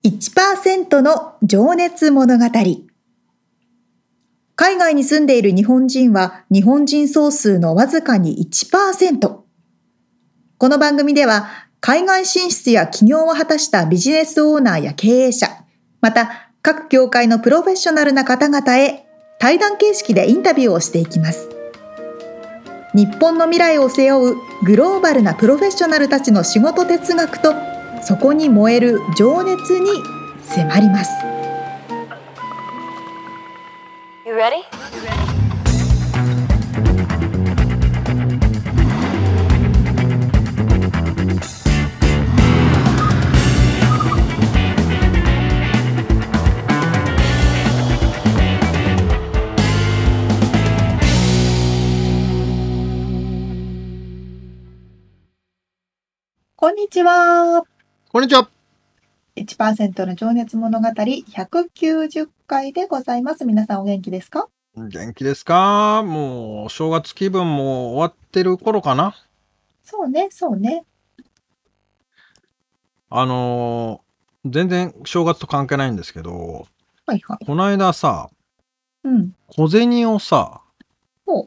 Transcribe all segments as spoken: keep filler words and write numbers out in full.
いちパーセント の情熱物語。海外に住んでいる日本人は日本人総数のわずかに いちパーセント。この番組では海外進出や起業を果たしたビジネスオーナーや経営者、また各業界のプロフェッショナルな方々へ対談形式でインタビューをしていきます。日本の未来を背負うグローバルなプロフェッショナルたちの仕事哲学とそこに燃える情熱に迫ります。 You ready? こんにちは。 こんにちは。 いちパーセント の情熱物語ひゃくきゅうじゅっかいでございます。皆さんお元気ですか？ 元気ですか？もう正月気分も終わってる頃かな。 そうね、そうね。 あのー全然正月と関係ないんですけど、 はいはい。 この間さ、 うん。 小銭をさ、 ほう。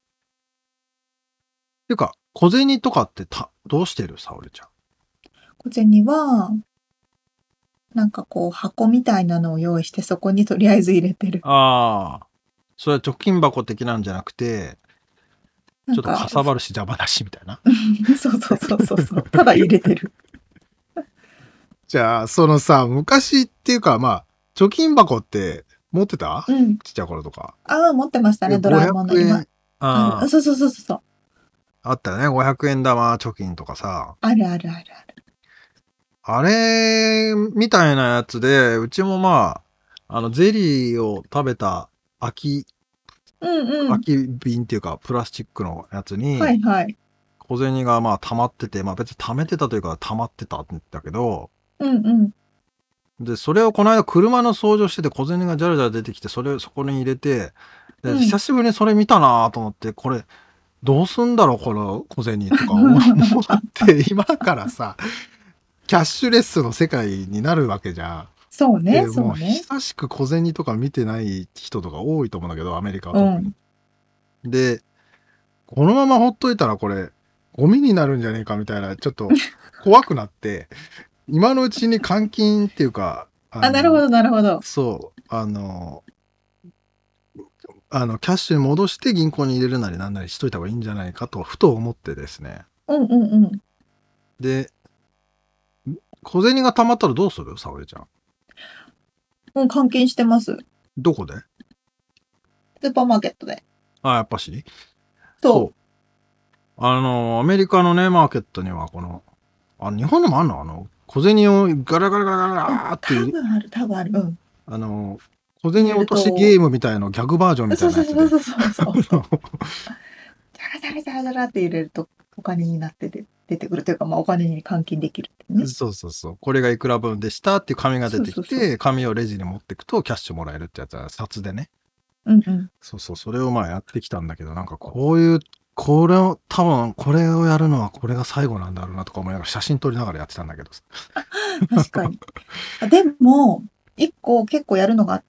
ていうか小銭とかってたどうしてるさおりちゃん。 小銭は、なんかこう箱みたいなのを用意してそこにとりあえず入れてる。 ああ、それは貯金箱的なんじゃなくて、ちょっとなんか、 かさばるし邪魔だしみたいな。 そうそうそうそうそう。ただ入れてる。 じゃあそのさ、昔っていうかまあ貯金箱って持ってた？ うん。 ちっちゃい頃とか。 ああ、持ってましたね、 でドラえもんの 500 今。 円、ああ、そうそうそうそうそう。 あったよね。ごひゃくえん玉貯金とかさ。 あるあるあるある。 あれみたいなやつで、うちもまあ、あの、ゼリーを食べた空き、 うんうん。 空き瓶っていうか、プラスチックのやつはいに、 はい。 小銭がまあ溜まってて、まあ別に溜めてたというか溜まってたんだけど、 うんうん。 で、それをこの間車の掃除をしてて小銭がジャラジャラ出てきて、それをそこに入れて、で、 うん久しぶりにそれ見たなと思って、これ、どうすんだろうこの小銭とか思って今からさキャッシュレスの世界になるわけじゃん。 そうね、 でもうそうね。 久しく小銭とか見てない人とか多いと思うんだけど、アメリカは特に。 うん。 で、このままほっといたらこれゴミになるんじゃねえかみたいな、ちょっと怖くなって今のうちに換金っていうか、ああ、なるほのどなるほど。 そうあのあのキャッシュに戻して銀行に入れるなりなんなりしといた方がいいんじゃないかとふと思ってですね。 うんうんうん。 で、小銭が貯まったらどうする？沙織ちゃん。 もう換金してます。 どこで？ スーパーマーケットで。 あ、やっぱし。 そう。 あの、アメリカのね、マーケットには、この、あ、日本でもあんの？あの、小銭をガラガラガラガラーって多いう、 分ある、多分ある。うん。 あの、小銭落としゲームみたいなギャグバージョンみたそういなやつで。 そうそうそうそうそう。ジャラジャラジャラジャラって入れるとお金になってて出てくるというか、まあお金に換金できるってね。 そうそうそう。これがいくら分でしたっていう紙が出てきそうそうて、紙をレジに持ってくとキャッシュもらえるってやつは札でね。 うんうん。 そうそう、それをまあやってきたんだけど、なんかこういう、これを、多分これをやるのはこれが最後なんだろうなとか思いながら写真撮りながらやってたんだけど。 確かに。あでも、一個結構やるのがあって、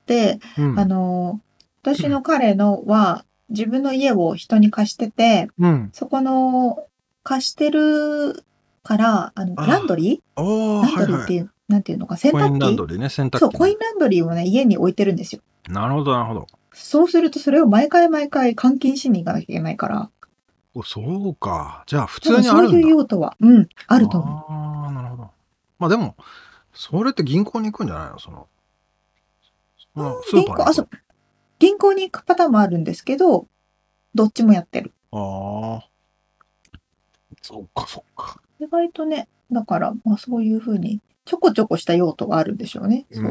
うん。 あの、私の彼のは自分の家を人に貸してて、 うん。 そこの貸してるから、あの、 あランドリああ、 ーランはいはい。 ドリーっていう、なんていうのか、洗コイン濯機ランドリーね、洗濯機、ね。 そう、コインランドリーをね、家に置いてるんですよ。 なるほど、なるほど。 そうするとそれを毎回毎回換金しに行かなきゃいけないから、 お、そうか。じゃあ普多分そういう通にあるんだ。 用途は、うん、あると思う。 ああ、なるほど。まあでも、それって銀行に行くんじゃないの？その、そのスー銀行、あ、 パーに行くそう、銀行に行くパターンもあるんですけど、どっちもやってる。 の？ああ。そっか、そっか。 意外とね、だから、まあそういうふうに、ちょこちょこした用途があるんでしょうね。そういう。 うん。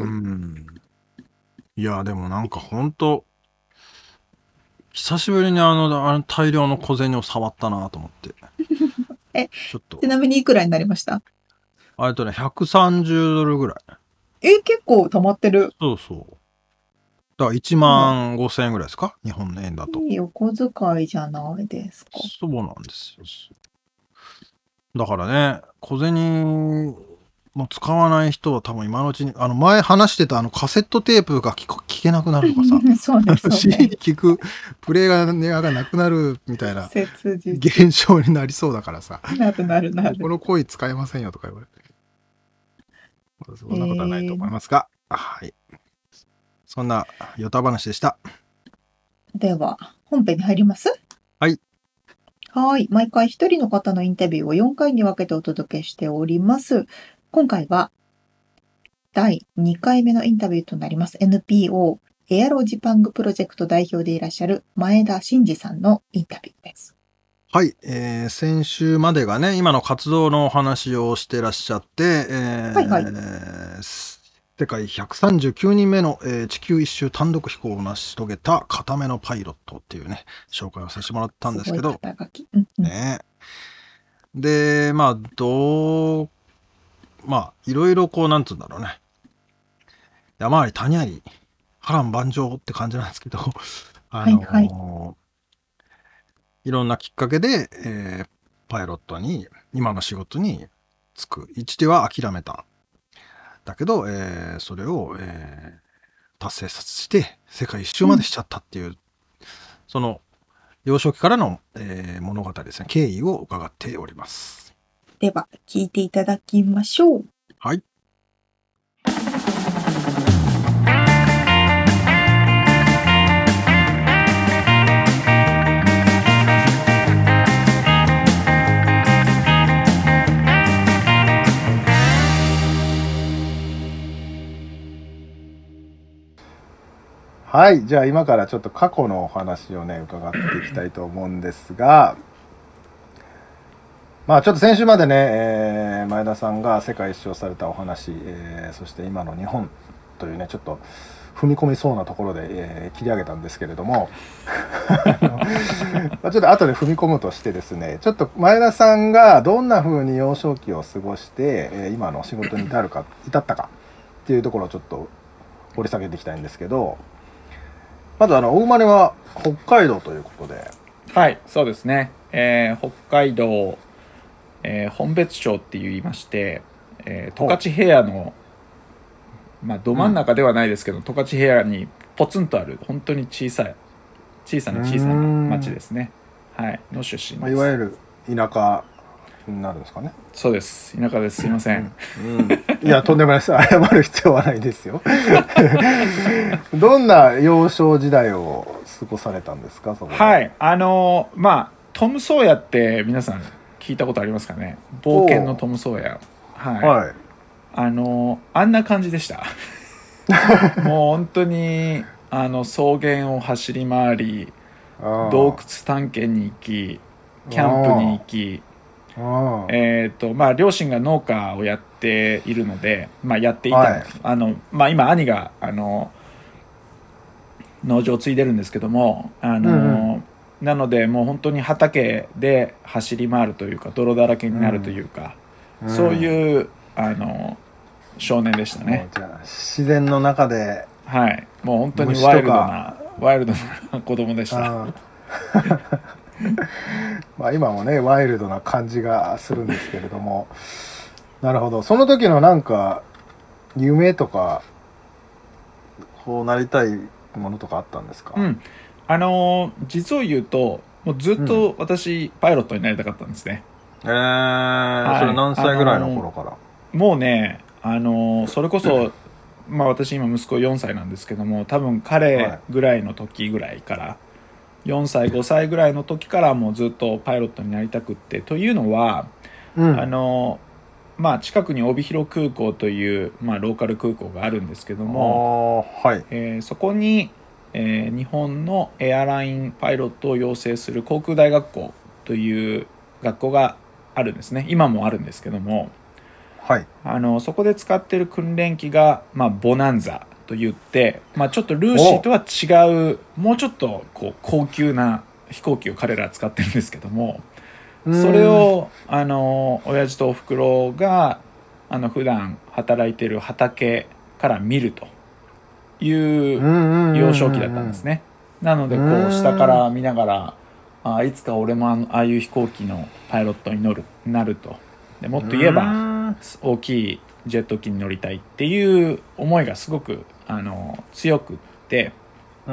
いや、でもなんかほんと、久しぶりにあの、あの大量の小銭を触ったなと思って。 え、 ちょっと。 ちなみにいくらになりました？ あれとね、ひゃくさんじゅうドルぐらい。 え、結構貯まってる。 そうそう。だからいちまんごせんえんぐらいですか？日本の円だと。 いいお小遣いじゃないですか。 そうなんですよ。だからね、小銭もう使わない人は多分今のうちに、あの前話してたあのカセットテープが聞こ聞けなくなるとかさ、 そうね、そうシーディーね。 聞くプレイヤーがなくなるみたいな切実。 現象になりそうだからさ、 なるなるなる。 この声使えませんよとか言われて。そんなことはないと思いますが、はい。そんなヨタ話でした。 では、本編に入ります？ はい。 はい。毎回一人の方のインタビューをよんかいに分けてお届けしております。今回はだいにかいめのインタビューとなります。エヌピーオー エアロジパングプロジェクト代表でいらっしゃる前田真二さんのインタビューです。 はい、えー、先週までがね、今の活動のお話をしてらっしゃって、えーはいはい。 世界ひゃくさんじゅうきゅうにんめの、えー地球一周単独飛行を成し遂げた片目のパイロットっていうね、紹介をさせてもらったんですけど、 すごい肩書き。うんうん。 ね。で、まあ、どう、まあ、いろいろこう、なんつうんだろうね。山あり谷あり、波乱万丈って感じなんですけど、あの、 はいはいいろんなきっかけで、えーパイロットに、今の仕事に就く。一時は諦めた。だけど、えーそれを、えー達成させて、世界一周までしちゃったっていう、その、幼少期からの、えー物語ですね、経緯を伺っております。 では、聞いていただきましょう。 はい。はい。じゃあ今からちょっと過去のお話をね、伺っていきたいと思うんですが、まあちょっと先週までね、えー前田さんが世界一周されたお話、えーそして今の日本というね、ちょっと踏み込みそうなところで、えー切り上げたんですけれども、あのまあちょっと後で踏み込むとしてですね、ちょっと前田さんがどんな風に幼少期を過ごして、えー今の仕事に至るか、至ったかっていうところをちょっと掘り下げていきたいんですけど、まずあのお生まれは北海道ということで、 はい、そうですね。えー北海道、えー本別町って言いまして、えー十勝平野の、まあ、ど真ん中ではないですけど、十勝平野にポツンとある本当に小さい小さな小さな町ですね。はい、の出身です。 まあ、いわゆる田舎になるんですかね。 そうです。田舎です。すいません。 うん、いやとんでもないです。謝る必要はないですよ。どんな幼少時代を過ごされたんですか、そこで。 はい、あのーまあトム・ソーヤって皆さん聞いたことありますかね。冒険のトム・ソーヤ。はい。 はい。 あのあんな感じでした。もう本当にあの草原を走り回り、 あー洞窟探検に行き、キャンプに行き、 あーえーとまあ、両親が農家をやっているので、まあ、やっていた、 はいあのまあ、今兄があの農場を継いでるんですけども、あの、 うんうんなのでもう本当に畑で走り回るというか泥だらけになるというか、 うんそういうあの少年でしたもね。 うじゃあ自然の中で。 はい、もう本当にワイルドなワイルドな子供でした。 あーまあ今もねワイルドな感じがするんですけれども、なるほど。その時のなんか夢とかこうなりたいものとかあったんですか。 うん、あのー実を言うともうずっと私、パイロットになりたかったんですね。 えーいそれ何歳ぐらいの頃から。 もうね、あのーそれこそ、まあ私今息子よんさいなんですけども、多分彼ぐらいの時ぐらいから、よんさいごさいぐらいの時からもうずっとパイロットになりたくって、というのは、 うんあのーまあ近くに帯広空港という、まあ、ローカル空港があるんですけども、 あーはい。 えーそこに、えー日本のエアラインパイロットを養成する航空大学校という学校があるんですね。今もあるんですけども、 はい。 あのそこで使っている訓練機が、まあ、ボナンザといって、まあ、ちょっとルーシーとは違うもうちょっとこう高級な飛行機を彼らは使ってるんですけども、それをあの親父とおふくろがあの普段働いている畑から見るという幼少期だったんですね。なのでこう下から見ながら、あいつか俺もあのああいう飛行機のパイロットに乗るなると。でもっと言えば大きいジェット機に乗りたいっていう思いがすごくあの強くって、 うん、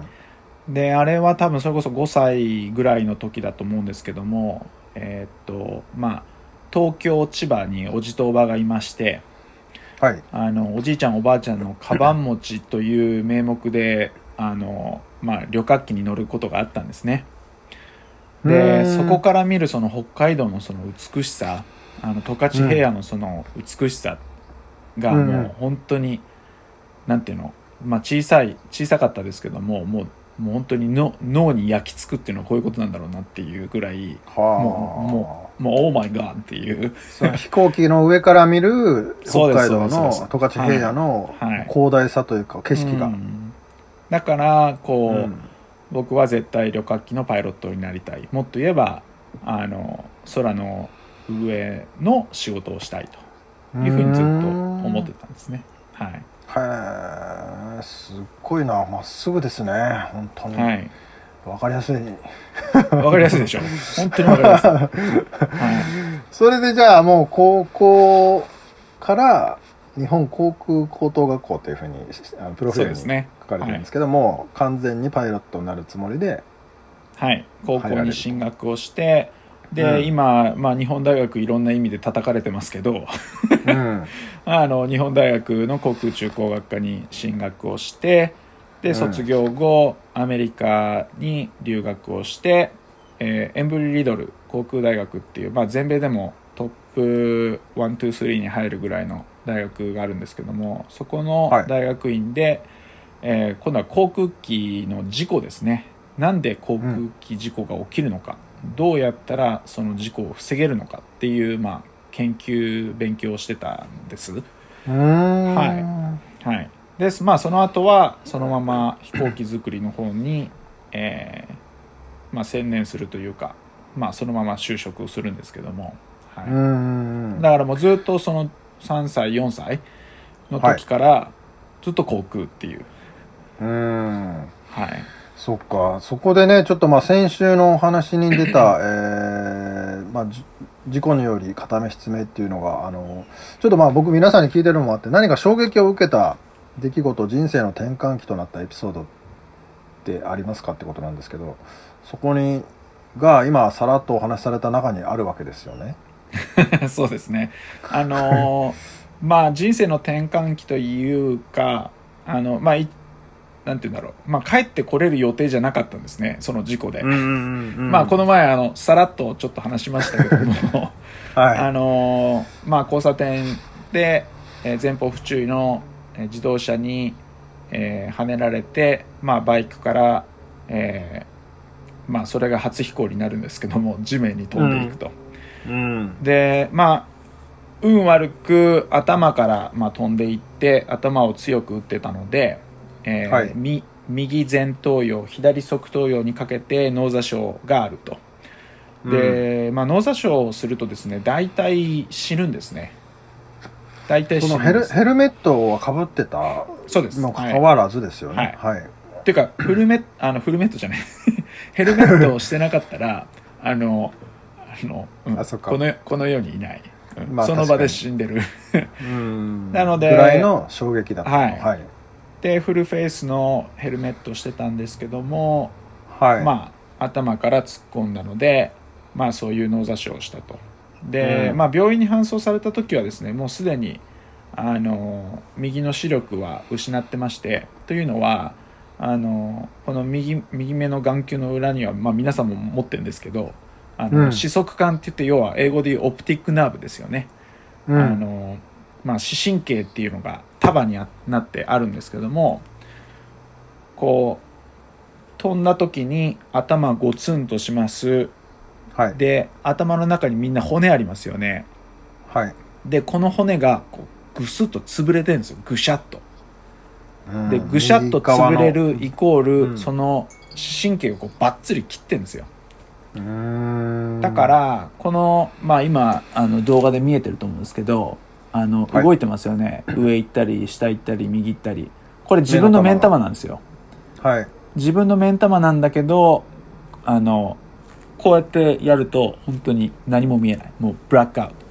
であれは多分それこそごさいぐらいの時だと思うんですけども、えーっとまあ東京千葉におじとおばがいまして、 はい、 あのおじいちゃんおばあちゃんのカバン持ちという名目であの、まあ、旅客機に乗ることがあったんですね。でそこから見るその北海道のその美しさ、あの十勝平野のその美しさがもう本当に、うん、なんていうの、まあ、小さい小さかったですけども、もうもう本当にの脳に焼き付くっていうのはこういうことなんだろうなっていうぐらい、 はもうもうもうオーマイガーっていうその飛行機の上から見る北海道の十勝平野の広大さというか景色が、 うん、だからこう、うん、僕は絶対旅客機のパイロットになりたい、もっと言えばあの空の上の仕事をしたいというふうにずっと思ってたんですね。はい、 へえ、すっごいな、まっすぐですね、本当に、はい、分かりやすい分かりやすいでしょ本当に分かりやすい、はい、 それでじゃあもう高校から日本航空高等学校というふうにプロフィールに書かれてるんですけども、ね、はい、完全にパイロットになるつもりで、 はい、高校に進学をしてで、うん、今、まあ、日本大学いろんな意味で叩かれてますけど、うん、あの日本大学の航空宇宙工学科に進学をしてで卒業後、うん、アメリカに留学をして、えー、エンブリ・リドル航空大学っていう、まあ、全米でもトップいち、に、さんに入るぐらいの大学があるんですけども、そこの大学院で、はい、えー、今度は航空機の事故ですね。なんで航空機事故が起きるのか、うん、どうやったらその事故を防げるのかっていう、まあ、研究勉強をしてたんです。うーん、 はいはいです。まあその後はそのまま飛行機作りの方に、えーまあ、専念するというか、まあ、そのまま就職をするんですけども、はい、うーん、だからもうずっとそのさんさいよんさいの時からずっと航空っていう、 はい、うーん、 はい、 そっか。そこでねちょっとまあ先週のお話に出た、えーまあ、事故により片目失明っていうのがあのちょっとまあ僕皆さんに聞いてるのもあって、何か衝撃を受けた出来事、人生の転換期となったエピソードってありますかってことなんですけど、そこにが今さらっとお話しされた中にあるわけですよね。 そうですね。あのまあ人生の転換期というか、あのまあなんて言うんだろう、まあ帰ってこれる予定じゃなかったんですね、その事故で。うんうんうん、まあこの前あのさらっとちょっと話しましたけども、はい、あのまあ交差点で、えー、前方不注意の自動車に、えー、はねられて、まあ、バイクから、えーまあ、それが初飛行になるんですけども地面に飛んでいくと、うんうん、でまあ運悪く頭から、まあ、飛んでいって頭を強く打ってたので、えーはい、み右前頭葉左側頭葉にかけて脳挫傷があると。で、うん、まあ、脳挫傷をするとですね大体死ぬんですね。大体そのヘル、ヘルメットはかぶってたのかかわらずですよね。はい。はいはい、 っていうかフルメあのフルメットじゃないヘルメットをしてなかったらあのあの、うん、あこのこの世にいない、うんまあ、その場で死んでるうんなのでぐらいの衝撃だった。 はい。はい、でフルフェイスのヘルメットをしてたんですけども、はい、まあ頭から突っ込んだので、まあそういう脳挫傷をしたと。で、うんまあ、病院に搬送された時はですねもうすでにあの右の視力は失ってまして、というのはあのこの 右, 右目の眼球の裏には、まあ、皆さんも持ってるんですけどあの、うん、視側管って言って要は英語でいうオプティックナーブですよね、うんあのまあ、視神経っていうのが束になってあるんですけども、こう飛んだ時に頭ゴツンとします。はい、で頭の中にみんな骨ありますよね。はい、でこの骨がこうぐすっと潰れてるんですよ、ぐしゃっと。でぐしゃっと潰れるイコール、うん、その神経をこうバッツリ切ってるんですよ。うーんだからこの、まあ、今あの動画で見えてると思うんですけどあの動いてますよね、はい、上行ったり下行ったり右行ったり。これ自分の目ん玉なんですよ。はい、自分の目ん玉なんだけどあのこうやってやると本当に何も見えない、もうブラックアウト、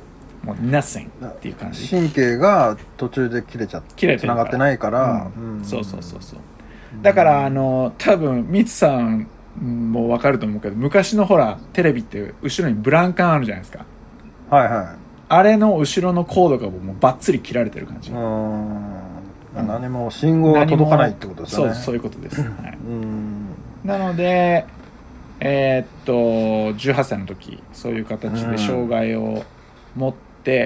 もう nothing っていう感じ。 神経が途中で切れちゃって切れてるから繋がってないから、 うんうん、そうそうそうそう。だからあの多分ミツさんも分かると思うけど、昔のほらテレビって後ろにブランカンあるじゃないですか。 はいはい。 あれの後ろのコードがもうバッツリ切られてる感じ。 うーん、何も信号が届かないってことですよね。 そうそういうことです、はい、 うんなのでえー、っとじゅうはっさいの時そういう形で障害を持って、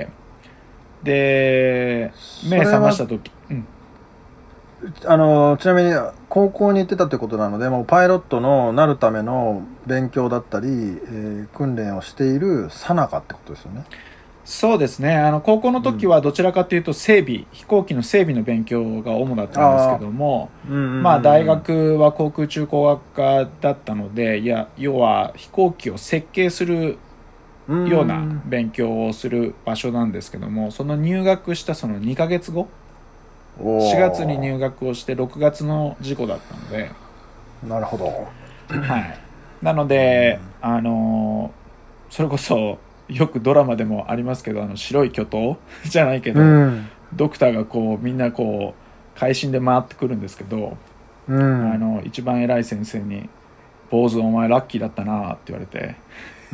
うん、で目覚ました時、うん、 あのちなみに高校に行ってたってことなので、もうパイロットのなるための勉強だったり、えー、訓練をしている最中ってことですよね。 そうですね。あの高校の時はどちらかというと整備、うん、飛行機の整備の勉強が主だったんですけども、あ、うんうんうん、まあ大学は航空中工学科だったので、いや要は飛行機を設計するような勉強をする場所なんですけども、その入学したそのにかげつご、しがつに入学をしてろくがつの事故だったので。 なるほど。 はい。なので、あのそれこそよくドラマでもありますけど、あの白い巨頭じゃないけど、うん、ドクターがこうみんなこう会心で回ってくるんですけど、うん、あの一番偉い先生に「坊主お前ラッキーだったな」って言われて、 うん、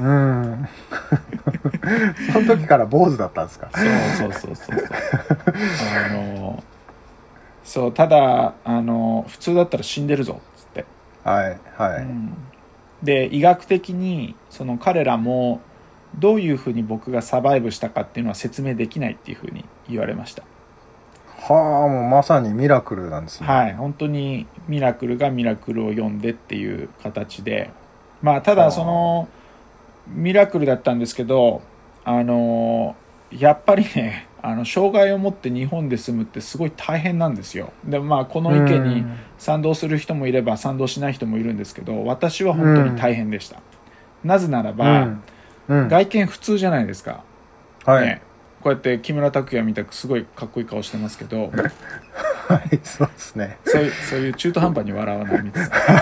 その時から坊主だったんですか。 そうそうそうそうそうあのそうただあの普通だったら死んでるぞっつって、 はいはい、うん、 で医学的にその彼らもどういうふうに僕がサバイブしたかっていうのは説明できないっていうふうに言われました。 はあ、もうまさにミラクルなんですね。 はい、本当にミラクルがミラクルを読んでっていう形で、まあただそのミラクルだったんですけど、あのやっぱりね、あの障害を持って日本で住むってすごい大変なんですよ。でまあこの意見に賛同する人もいれば賛同しない人もいるんですけど、私は本当に大変でした。なぜならば、うんうん、外見普通じゃないですか、 はいね、こうやって木村拓哉みたくすごいかっこいい顔してますけどはいそうですね、 そういう、そういう中途半端に笑わないみたい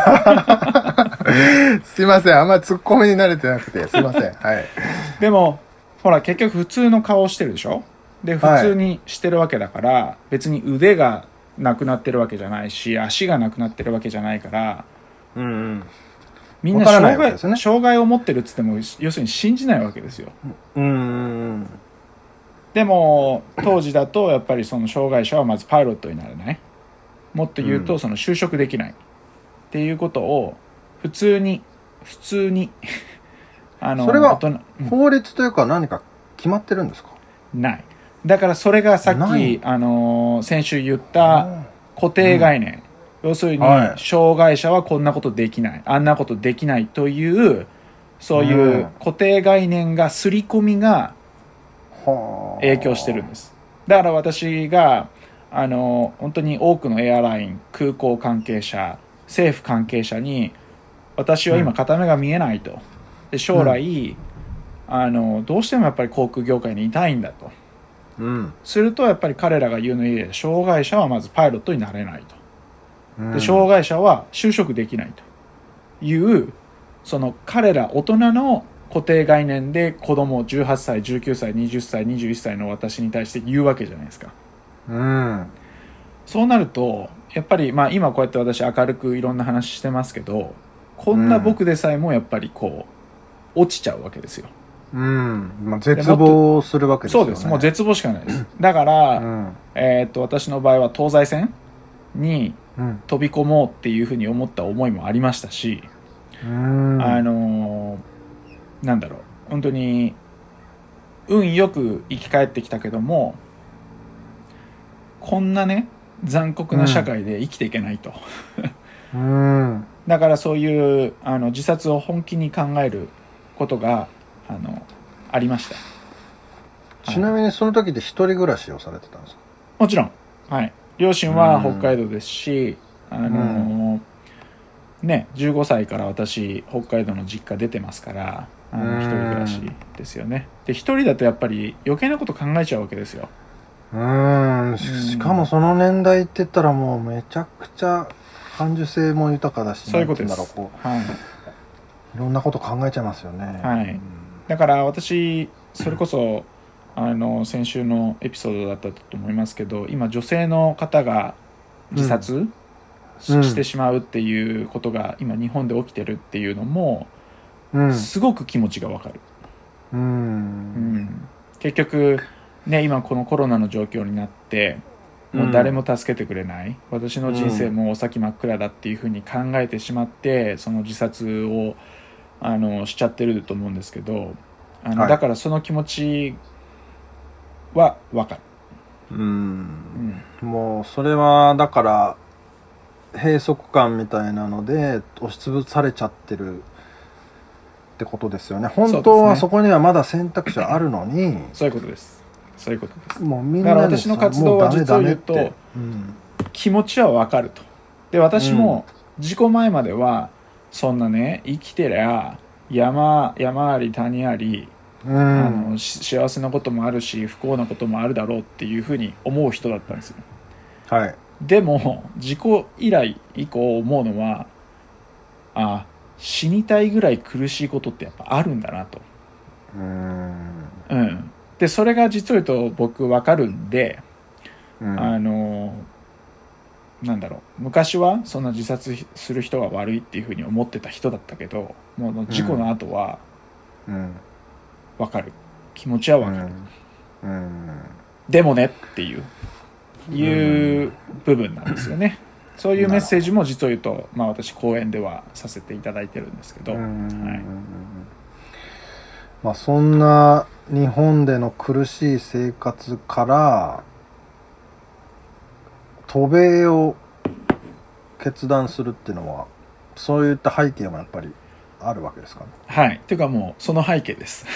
なすいません、あんまりツッコミに慣れてなくてすいません、はい、 でもほら結局普通の顔をしてるでしょ。で普通にしてるわけだから、はい、別に腕がなくなってるわけじゃないし足がなくなってるわけじゃないから、うんうん、みんな障害、ね、障害を持ってるっつっても要するに信じないわけですよ。うんうんうん、でも当時だとやっぱりその障害者はまずパイロットになれない、もっと言うとその就職できないっていうことを普通に普通にあのそれは法律というか何か決まってるんですか。 ない。だからそれがさっきあの先週言った固定概念、うん、要するに障害者はこんなことできない、あんなことできないというそういう固定概念が刷り込みが影響してるんです。だから私があの本当に多くのエアライン、空港関係者、政府関係者に私は今片目が見えないと、で将来、うん、あのどうしてもやっぱり航空業界にいたいんだと、うん、するとやっぱり彼らが言うのに障害者はまずパイロットになれないと、うん、で障害者は就職できないというその彼ら大人の固定概念で子供じゅうはっさい、じゅうきゅうさい、はたち、にじゅういっさいの私に対して言うわけじゃないですか、うん、そうなるとやっぱり、まあ、今こうやって私明るくいろんな話してますけど、こんな僕でさえもやっぱりこう落ちちゃうわけですよ。 うん、まあ、絶望するわけですよね。 そうです、もう絶望しかないです。だから、うん、えー、っと私の場合は東西線に飛び込もうっていうふうに思った思いもありましたし、うん、あのー、なんだろう、本当に運よく生き返ってきたけども、こんなね残酷な社会で生きていけないと、うん、だからそういうあの自殺を本気に考えることがあのありました。 ちなみにその時で一人暮らしをされてたんですか。 もちろん、はい、両親は北海道ですし、あのー、ね、じゅうごさいから私北海道の実家出てますから、あの一人暮らしですよね。で一人だとやっぱり余計なこと考えちゃうわけですよ。 うーん、しかもその年代って言ったらもうめちゃくちゃ感受性も豊かだし、 そういうことです。 こう、はい、いろんなこと考えちゃいますよね。 はい、うん、だから私それこそあの先週のエピソードだったと思いますけど、今女性の方が自殺、うんしてしまうっていうことが今日本で起きてるっていうのもすごく気持ちがわかる、 うんうんうん、結局ね今このコロナの状況になってもう誰も助けてくれない、うん、私の人生もお先真っ暗だっていうふうに考えてしまってその自殺をあのしちゃってると思うんですけど、あの、はい、だからその気持ちはわかる、 うんうん、もうそれはだから閉塞感みたいなので押しつぶされちゃってるってことですよね。本当はそこにはまだ選択肢はあるのに、 そういうことです。そういうことです。 もうみんなだから私の活動は実を言うと、うん、気持ちは分かると。で私も事故前まではそんなね生きてりゃ山山あり谷あり、うん、あの幸せなこともあるし不幸なこともあるだろうっていうふうに思う人だったんですよ。 はい。 でも事故以来以降思うのはあ死にたいぐらい苦しいことってやっぱあるんだなと。うーん、うん、でそれが実を言うと僕分かるんで、うん、あのなんだろう昔はそんな自殺する人が悪いっていうふうに思ってた人だったけどもう事故の後は分かる、気持ちは分かる、うんうん、でもねっていういう部分なんですよね。そういうメッセージも実を言うと、まあ、私講演ではさせていただいてるんですけど、はい、 まあ、そんな日本での苦しい生活から渡米を決断するっていうのはそういった背景もやっぱりあるわけですかね。 はい、っていうかもうその背景です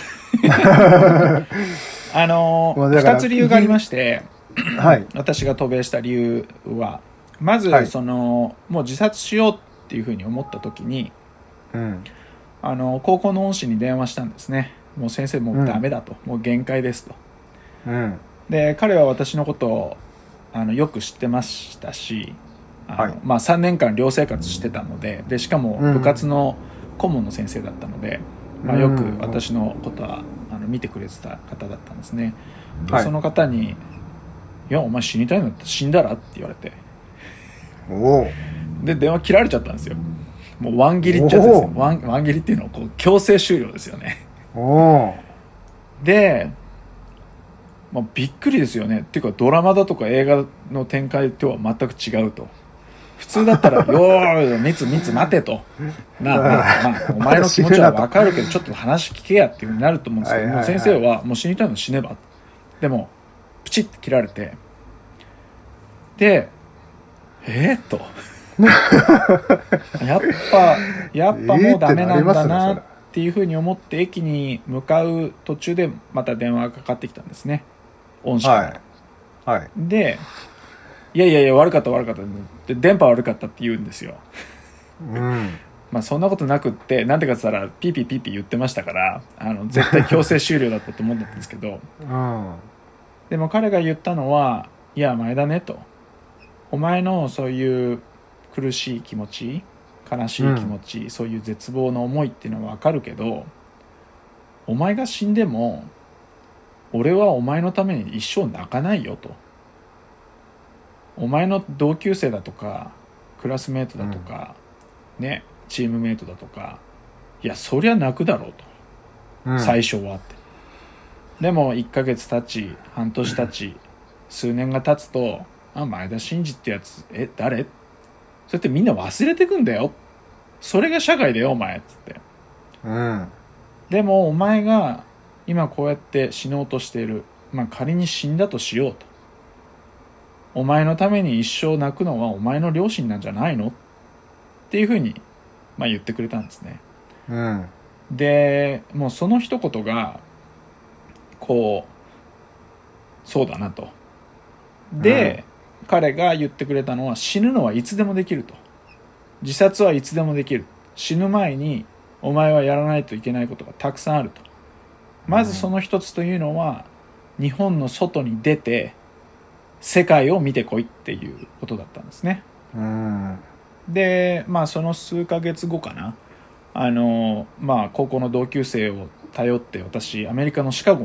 あのふたつ理由がありましてはい、私が渡米した理由はまずその、はい、もう自殺しようっていうふうに思った時に、うん、あの高校の恩師に電話したんですね。もう先生もうダメだと、うん、もう限界ですと、うん、で彼は私のことをあのよく知ってましたしあの、はいまあ、さんねんかん寮生活してたの で, でしかも部活の顧問の先生だったので、うんまあ、よく私のことはあの見てくれてた方だったんですね。で、はい、その方にいやお前死にたいんだったら死んだらって言われておで電話切られちゃったんですよ。もうワン切りっちゃってですよ。ワン、ワン切りっていうのはこう強制終了ですよね。おで、まあ、びっくりですよね。っていうかドラマだとか映画の展開とは全く違うと。普通だったらよーみつみつ待てとなあ、まあまあ、お前の気持ちは分かるけどちょっと話聞けやっていう風になると思うんですけど、はいはいはい、もう先生はもう死にたいの死ねばでもプチッて切られてでえー、っとやっぱやっぱもうダメなんだなっていうふうに思って駅に向かう途中でまた電話がかかってきたんですね、恩師から、はいはい、でいやいやいや悪かった悪かったで電波悪かったって言うんですよ、うんまあ、そんなことなくってなんでかって言ったらピーピーピーピー言ってましたからあの絶対強制終了だったと思うんですけど、うん、でも彼が言ったのはいや前田ねとお前のそういう苦しい気持ち悲しい気持ち、うん、そういう絶望の思いっていうのは分かるけどお前が死んでも俺はお前のために一生泣かないよとお前の同級生だとかクラスメートだとか、うん、ねチームメートだとかいやそりゃ泣くだろうと、うん、最初はってでもいっかげつ経ち半年経ち数年が経つとあ前田真司ってやつえ誰そうやってみんな忘れてくんだよそれが社会だよお前っつって、うん、でもお前が今こうやって死のうとしているまあ仮に死んだとしようとお前のために一生泣くのはお前の両親なんじゃないのっていうふうに、まあ、言ってくれたんですね、うん、でもうその一言がこうそうだなとで、うん、彼が言ってくれたのは死ぬのはいつでもできると自殺はいつでもできる死ぬ前にお前はやらないといけないことがたくさんあるとまずその一つというのは日本の外に出て世界を見てこいっていうことだったんですね、うん、でまあその数ヶ月後かなあのまあ高校の同級生を頼って私アメリカのシカゴに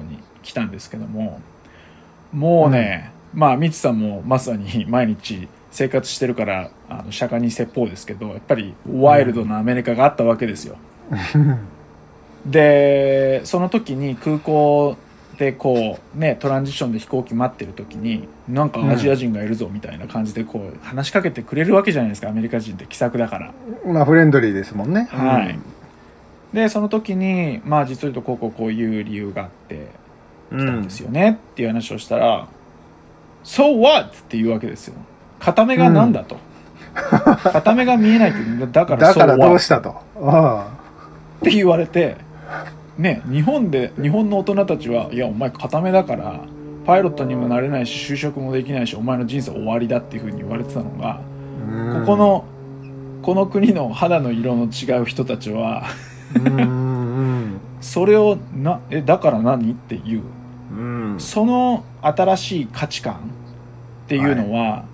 来たんですけども、もうね、うん、まあミツさんもまさに毎日生活してるからあの釈迦に説法ですけど、やっぱりワイルドなアメリカがあったわけですよ、うん、でその時に空港でこうねトランジションで飛行機待ってる時になんかアジア人がいるぞみたいな感じでこう話しかけてくれるわけじゃないですか。アメリカ人って気さくだから、 まあフレンドリーですもんね。 はい、うん、でその時にまあ実を言うとこうこうこういう理由があって来たんですよね、うん、っていう話をしたら So what? っていうわけですよ。片目がなんだと、うん、片目が見えないってだから So what? だからどうしたとあって言われてね、日本で日本の大人たちはいやお前片目だからパイロットにもなれないし就職もできないしお前の人生終わりだっていう風に言われてたのが、ここのこの国の肌の色の違う人たちはうんそれをなえだから何っていう、うん、その新しい価値観っていうのは、はい、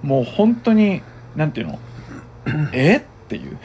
もう本当になんていうのえっていう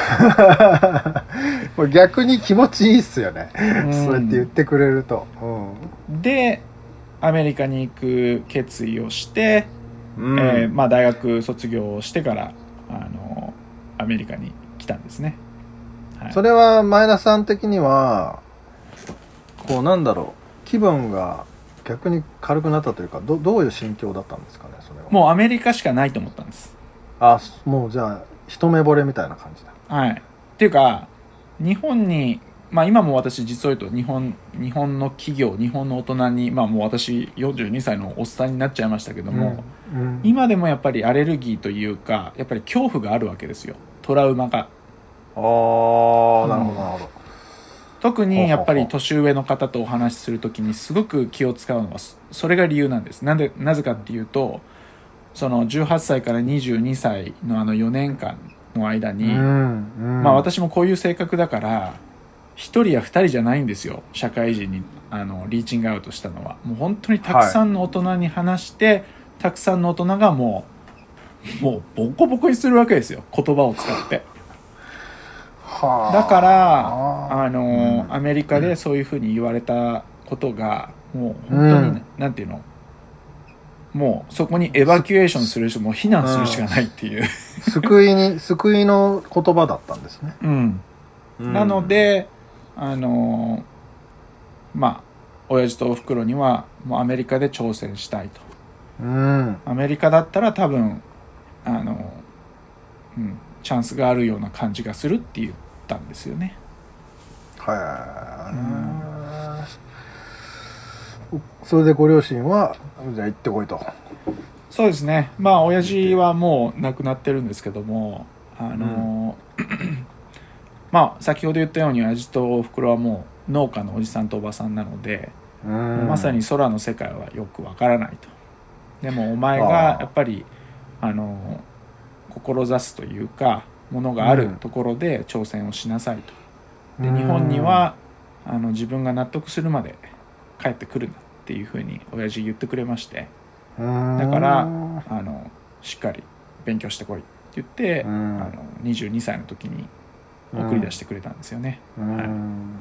逆に気持ちいいっすよね、うん、そうやって言ってくれると、 うん、でアメリカに行く決意をして、うんえーまあ、大学卒業してからあのアメリカに来たんですね、 はい、それは前田さん的にはこうなんだろう気分が逆に軽くなったというか ど, どういう心境だったんですかね。それはもうアメリカしかないと思ったんです。 あもうじゃあ一目惚れみたいな感じだ。 はいっていうか日本にまあ今も私実を言うと日本日本の企業日本の大人にまあもう私よんじゅうにさいのおっさんになっちゃいましたけども、うんうん、今でもやっぱりアレルギーというかやっぱり恐怖があるわけですよ。トラウマが。 あーなるほどなるほど。 特にやっぱり年上の方とお話しするときにすごく気を使うのはそれが理由なんです。なんでなぜかっていうとそのじゅうはっさいからにじゅうにさいのあのよねんかんの間に、うんうん、まあ私もこういう性格だからひとりやふたりじゃないんですよ。社会人にあのリーチングアウトしたのはもう本当にたくさんの大人に話して、はい、たくさんの大人がもうもうボコボコにするわけですよ言葉を使って。はあ、だからあの、うん、アメリカでそういうふうに言われたことがもう本当に、うん、なんていうのもうそこにエバキュエーションする人も避難するしかないっていう、うん、 救いに救いの言葉だったんですね、 うんうん、なのであのまあ親父とおふくろにはもうアメリカで挑戦したいと、うん、アメリカだったら多分あの、うん、チャンスがあるような感じがするって言ったんですよね。 はい、うん、それでご両親はじゃあ行ってこいと。 そうですね。まあ親父はもう亡くなってるんですけどもあの、うん、まあ先ほど言ったように親父とおふくろはもう農家のおじさんとおばさんなので、うん、まさに空の世界はよくわからないと。でもお前がやっぱりあの志すというかものがあるところで挑戦をしなさいと。で日本にはあの自分が納得するまで帰ってくるなっていうふうに親父言ってくれまして、だからあのしっかり勉強してこいって言ってあのにじゅうにさいの時に送り出してくれたんですよね、はい、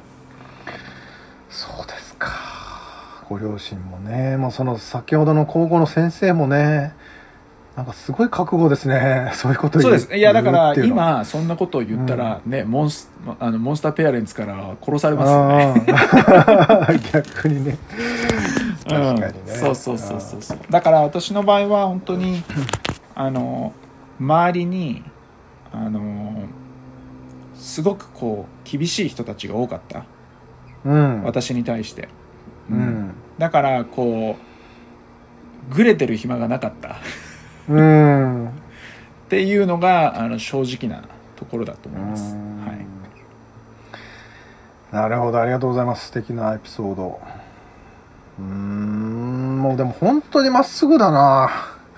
そうですか。ご両親もねもうその先ほどの高校の先生もねなんかすごい覚悟ですね。そういうこと言う。 そうです。いやだから今そんなことを言ったらね、うん、モンスあのモンスターペアレンツから殺されますよね。 逆にね。確かにね、 うん。そうそうそうそうそう。だから私の場合は本当にあの周りにあのすごくこう厳しい人たちが多かった。うん、私に対して、うんうん。だからこうグレてる暇がなかった。うんっていうのがあの正直なところだと思います、はい、 なるほどありがとうございます。素敵なエピソード。うーんもうでも本当にまっすぐだな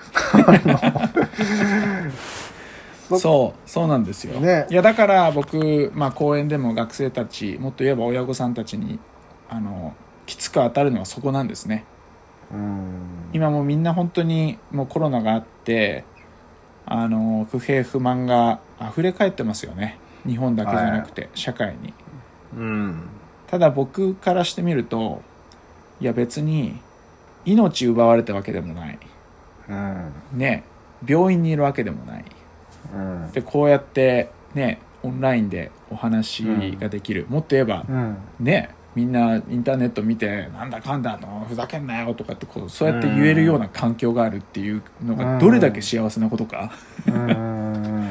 そうそうなんですよ、ね、いやだから僕、まあ、講演でも学生たちもっと言えば親御さんたちにあのきつく当たるのはそこなんですね。うん今もうみんな本当にもうコロナがあってあの不平不満が溢れ返ってますよね。日本だけじゃなくて社会に、うん、ただ僕からしてみるといや別に命奪われたわけでもないうんね、病院にいるわけでもない、 うん、 でこうやってねオンラインでお話ができる、うん、もっと言えば、うん、ねみんなインターネット見てなんだかんだとふざけんなよとかってこうそうやって言えるような環境があるっていうのがどれだけ幸せなことか、うん、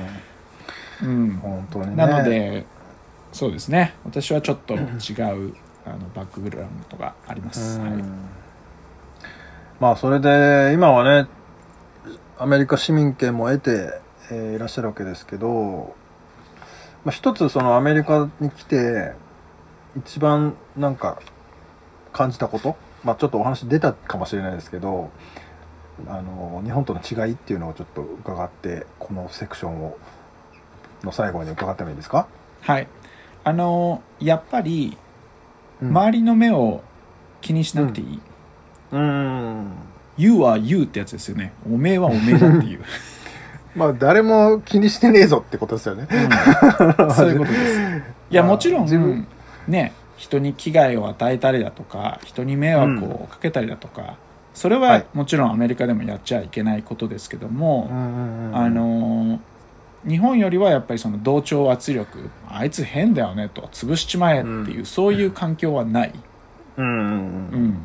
うん、本当にね。なのでそうですね、私はちょっと違う、うん、あのバックグラウンドがあります、うん、はい、 まあそれで今はねアメリカ市民権も得て、えー、いらっしゃるわけですけど、まあ、一つそのアメリカに来て一番なんか感じたこと、まあ、ちょっとお話出たかもしれないですけど、あの日本との違いっていうのをちょっと伺って、このセクションをの最後に伺ってもいいですか？ はい、あのやっぱり周りの目を気にしなくていい、うん、うん You are you ってやつですよね。おめえはおめえだっていうまあ誰も気にしてねえぞってことですよね、 うん、そういうことです。いやもちろん自分ね、人に危害を与えたりだとか人に迷惑をかけたりだとか、うん、それはもちろんアメリカでもやっちゃいけないことですけども、はい、あの日本よりはやっぱりその同調圧力、あいつ変だよねと潰しちまえっていう、うん、そういう環境はない、うんうんうん、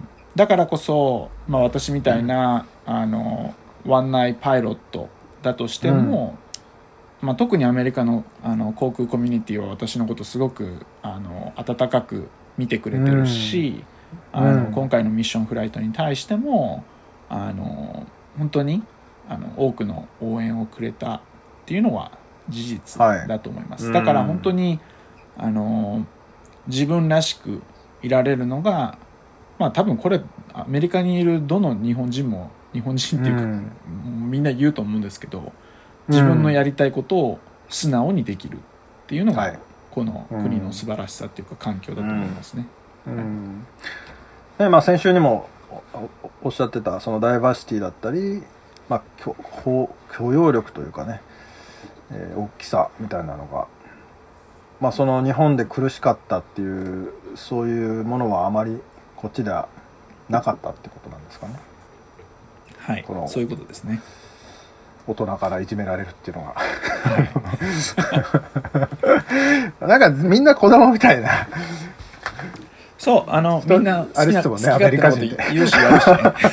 だからこそ、まあ、私みたいな、うん、あのワンナイパイロットだとしても、うんまあ、特にアメリカ の, あの航空コミュニティは私のことすごくあの温かく見てくれてるし、うん、あの今回のミッションフライトに対してもあの本当にあの多くの応援をくれたっていうのは事実だと思います、はい、だから本当にあの自分らしくいられるのが、まあ、多分これアメリカにいるどの日本人も日本人っていうか、うん、みんな言うと思うんですけど、自分のやりたいことを素直にできるっていうのがこの国の素晴らしさっていうか環境だと思いますね、うんうんうんでまあ、先週にも お, おっしゃってたそのダイバーシティだったり、まあ、許, 許容力というかね、えー、大きさみたいなのが、まあ、その日本で苦しかったっていうそういうものはあまりこっちではなかったってことなんですかね。 はい、そういうことですね。 大人からいじめられるっていうのが、はい、なんかみんな子供みたいな。 そうあのみんな好きな好き勝手なこと言うしやるし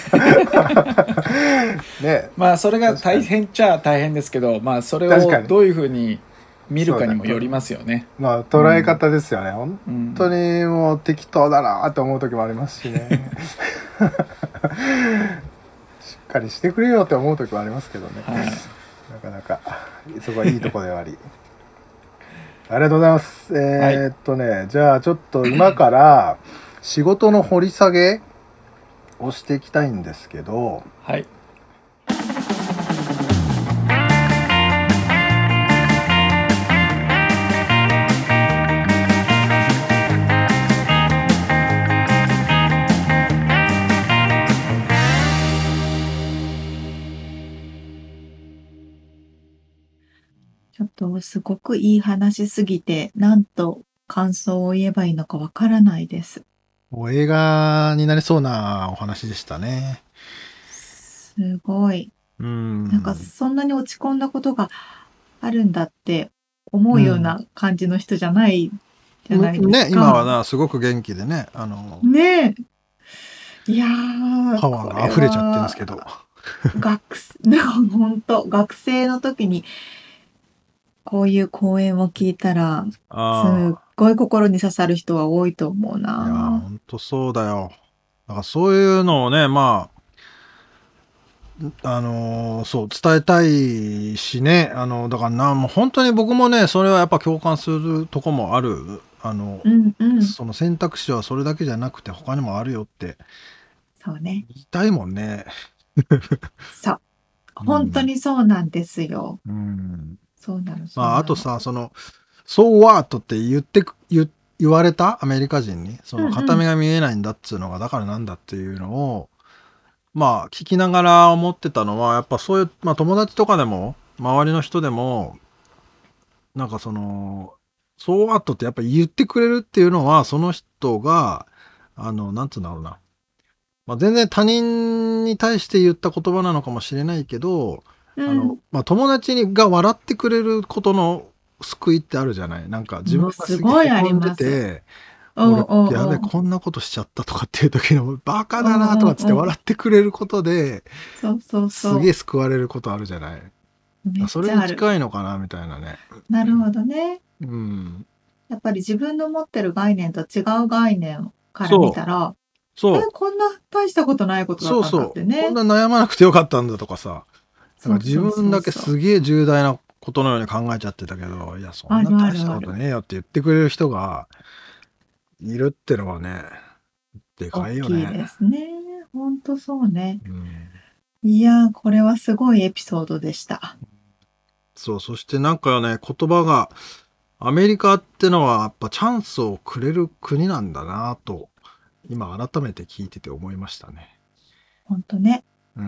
ね。ねまあそれが大変っちゃ大変ですけど、まあそれをどういうふうに見るかにもよりますよね。 まあ捉え方ですよね、うん、本当にもう適当だなと思う時もありますしねしっかりしてくれよって思う時もありますけどね、はい、なかなかそこはいいとこではありありがとうございます。えー、っとね、はい、じゃあちょっと今から仕事の掘り下げをしていきたいんですけど、 はい、 ちょっとすごくいい話すぎて、なんと感想を言えばいいのかわからないです。 もう映画になりそうなお話でしたね。 すごい。うん。なんかそんなに落ち込んだことがあるんだって思うような感じの人じゃないじゃないですか。 ね、今はなすごく元気でね、あのねえ、いやーパワーが溢れちゃってるんですけど。 学本当学生の時に。こういう講演を聞いたら、すっごい心に刺さる人は多いと思うな。 いや、ほんとそうだよ。だからそういうのをね、まあ、あのー、そう、伝えたいしね、あの、だからな、もう本当に僕もね、それはやっぱ共感するとこもある。あの、うんうん、その選択肢はそれだけじゃなくて他にもあるよって。 そうね。 言いたいもんね。 そう。本当にそうなんですよ。 うん。 そうなの。 まあ、あとさ、その、So what って言って言、言われたアメリカ人に、その片目が見えないんだっつうのが、だからなんだっていうのを、まあ、聞きながら思ってたのは、やっぱそういう、まあ友達とかでも、周りの人でも、なんかその、So what ってやっぱ言ってくれるっていうのは、その人が、あの、なんつうんだろうな。 まあ、全然他人に対して言った言葉なのかもしれないけど、 うん、 あの、まあ、友達にが笑ってくれることの救いってあるじゃない。なんか自分がすげえへこんでて、俺、やべえ、こんなことしちゃったとかっていう時の、バカだなとかっつって笑ってくれることで、 そうそうそう。 すげえ救われることあるじゃない。それに近いのかなみたいなね。 なるほどね。 うん。 やっぱり自分の持ってる概念と違う概念から見たら、 そう。 え、こんな大したことないことだったんだってね。 そうそう。こんな悩まなくてよかったんだとかさ。だから自分だけすげえ重大なことのように考えちゃってたけど、いや、そんな大したことねえよって言ってくれる人がいるってのはね、でかいよね。 大きいですね。ほんとそうね。うん、いやー、これはすごいエピソードでした。 そう、そしてなんかね、言葉が、アメリカってのはやっぱチャンスをくれる国なんだなと、今改めて聞いてて思いましたね。 ほんとね。 うん。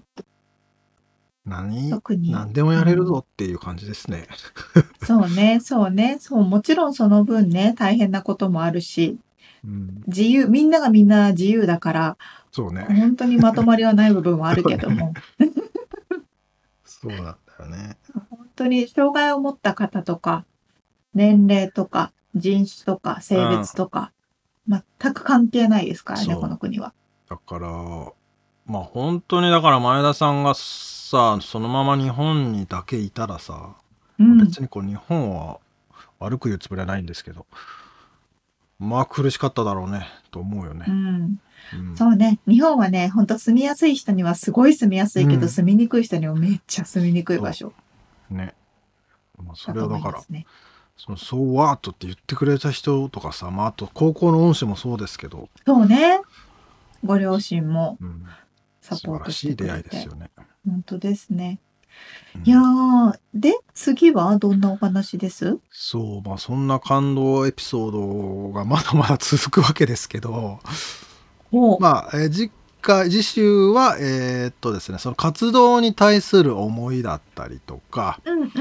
何特に何でもやれるぞっていう感じですね。 うん、そうね、そうね。そう、もちろんその分ね、大変なこともあるし、うん、自由、みんながみんな自由だから、 そうね。 本当にまとまりはない部分はあるけども。 そうなんだよね。 本当に障害を持った方とか、年齢とか、人種とか、性別とか、うん、全く関係ないですからね、この国は。 だから、まあ本当にだから前田さんがさ、そのまま日本にだけいたらさ、うん、別にこう日本は悪く言うつもりはないんですけど、まあ苦しかっただろうねと思うよね。 うんうん、そうね、日本はね、本当住みやすい人にはすごい住みやすいけど、うん、住みにくい人にはめっちゃ住みにくい場所。 ね。まあ、それはだから、ね、そのソーワートって言ってくれた人とかさ、まああと高校の恩師もそうですけど。 そうね。ご両親もサポートしてくれて、 うん、素晴らしい出会いですよね。 本当ですね。うん、いやー、で次はどんなお話です？ そう、まあそんな感動エピソードがまだまだ続くわけですけど、まあ、えー、次回次週はえー、っとですね、その活動に対する思いだったりとか、 うんうんうん。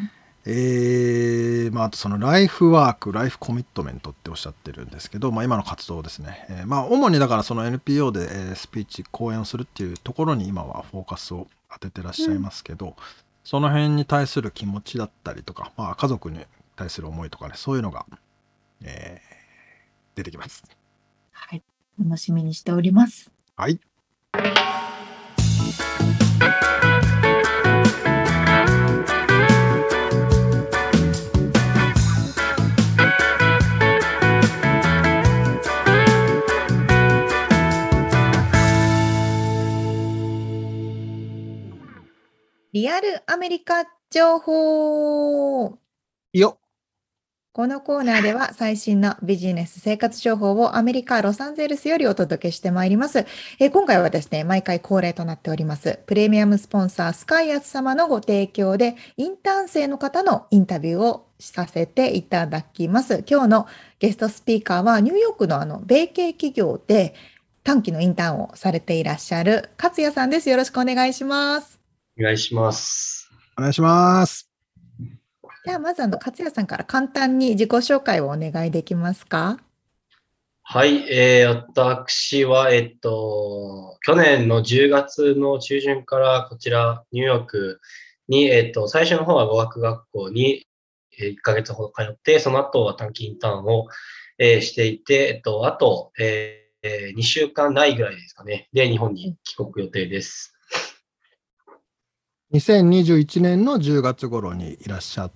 えーまあ、あとそのライフワーク、ライフコミットメントっておっしゃってるんですけど、まあ、今の活動ですね、えーまあ、主にだからその エヌピーオー で、えー、スピーチ、講演をするっていうところに今はフォーカスを当ててらっしゃいますけど、うん、その辺に対する気持ちだったりとか、まあ、家族に対する思いとかね、そういうのが、えー、出てきます。 はい、楽しみにしております。 はい。 リアルアメリカ情報よ。 このコーナーでは最新のビジネス生活情報をアメリカ・ロサンゼルスよりお届けしてまいります。えー、今回はですね、毎回恒例となっておりますプレミアムスポンサースカイアス様のご提供でインターン生の方のインタビューをさせていただきます。今日のゲストスピーカーはニューヨークのあの米系企業で短期のインターンをされていらっしゃる勝也さんです。よろしくお願いします。 お願いします。 お願いします。 ではまずあの勝也さんから簡単に自己紹介をお願いできますか？ はい、えー、私は、えっと、去年のじゅうがつの中旬からこちらニューヨークに、えっと、最初の方は語学学校にいっかげつほど通って、その後は短期インターンを、えー、していて、えっと、あと、えー、にしゅうかんないぐらいですかね。で、日本に帰国予定です。 にせんにじゅういちねんのじゅうがつ頃にいらっしゃって、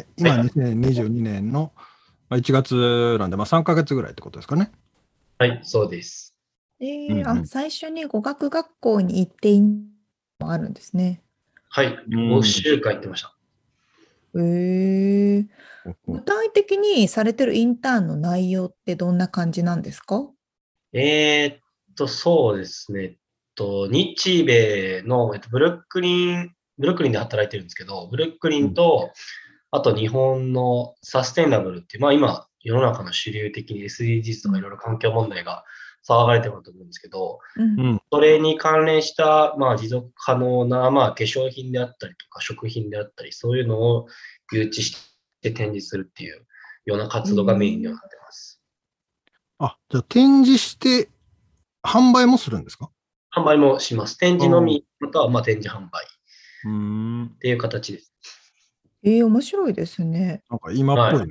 今にせんにじゅうにねんのいちがつなんで、まあ、さんかげつぐらいってことですかね。 はい、そうです。 えーうんうん、あ最初に語学学校に行っているのもあるんですね。 はい、ごしゅうかん行ってました。 へ、えー、具体的にされてるインターンの内容ってどんな感じなんですか？ えー、っと、そうですね。えっと、日米の、えっと、ブルックリン、ブルックリンで働いてるんですけど、ブルックリンと、あと日本のサステイナブルっていう、まあ今、世の中の主流的に エスディージーズ とかいろいろ環境問題が騒がれてると思うんですけど、うん、それに関連した、まあ持続可能な、まあ化粧品であったりとか食品であったり、そういうのを誘致して展示するっていうような活動がメインになってます。 あ、じゃあ展示して販売もするんですか？ 販売もします。展示のみ、またはまあ展示販売うーん。 っていう形です。 えー、面白いですね。 なんか今っぽいね。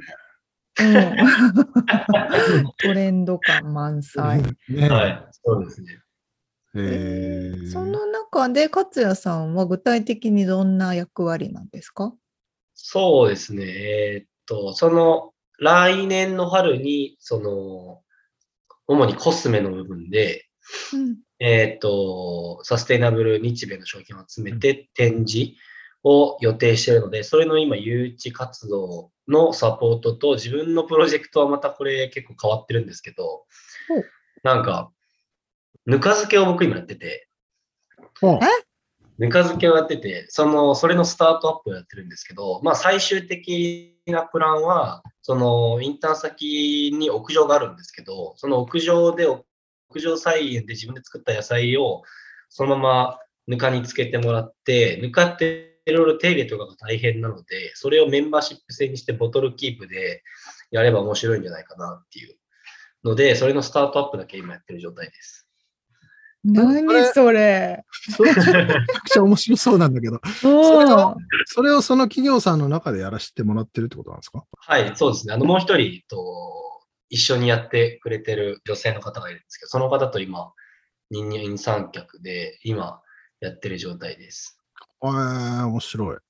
うん、トレンド感満載。 ねはい、そうですね。 ええー、 ーその中で勝也さんは具体的にどんな役割なんですか？ そうですね。えーっと、その、来年の春に、その、主にコスメの部分で、 うんえーっと、サステイナブル日米の商品を集めて展示を予定しているので、それの今、誘致活動のサポートと、自分のプロジェクトはまたこれ結構変わってるんですけど、 ほうなんか、ぬか漬けを僕今やってて、 あぬか漬けをやってて、その、それのスタートアップをやってるんですけど、まあ最終的なプランは、その、インターン先に屋上があるんですけど、その屋上で、屋上菜園で自分で作った野菜を、そのままぬかにつけてもらって、ぬかっていろいろ手入れとかが大変なので、それをメンバーシップ制にしてボトルキープでやれば面白いんじゃないかなっていうので、それのスタートアップだけ今やってる状態です。 何それ。 それめちゃくちゃ面白そうなんだけど、それを、それをその企業さんの中でやらせてもらってるってことなんですか？ はい、そうですね。あの、もう一人と一緒にやってくれてる女性の方がいるんですけど、その方と今、二人三脚で今やってる状態です。 えー、面白い。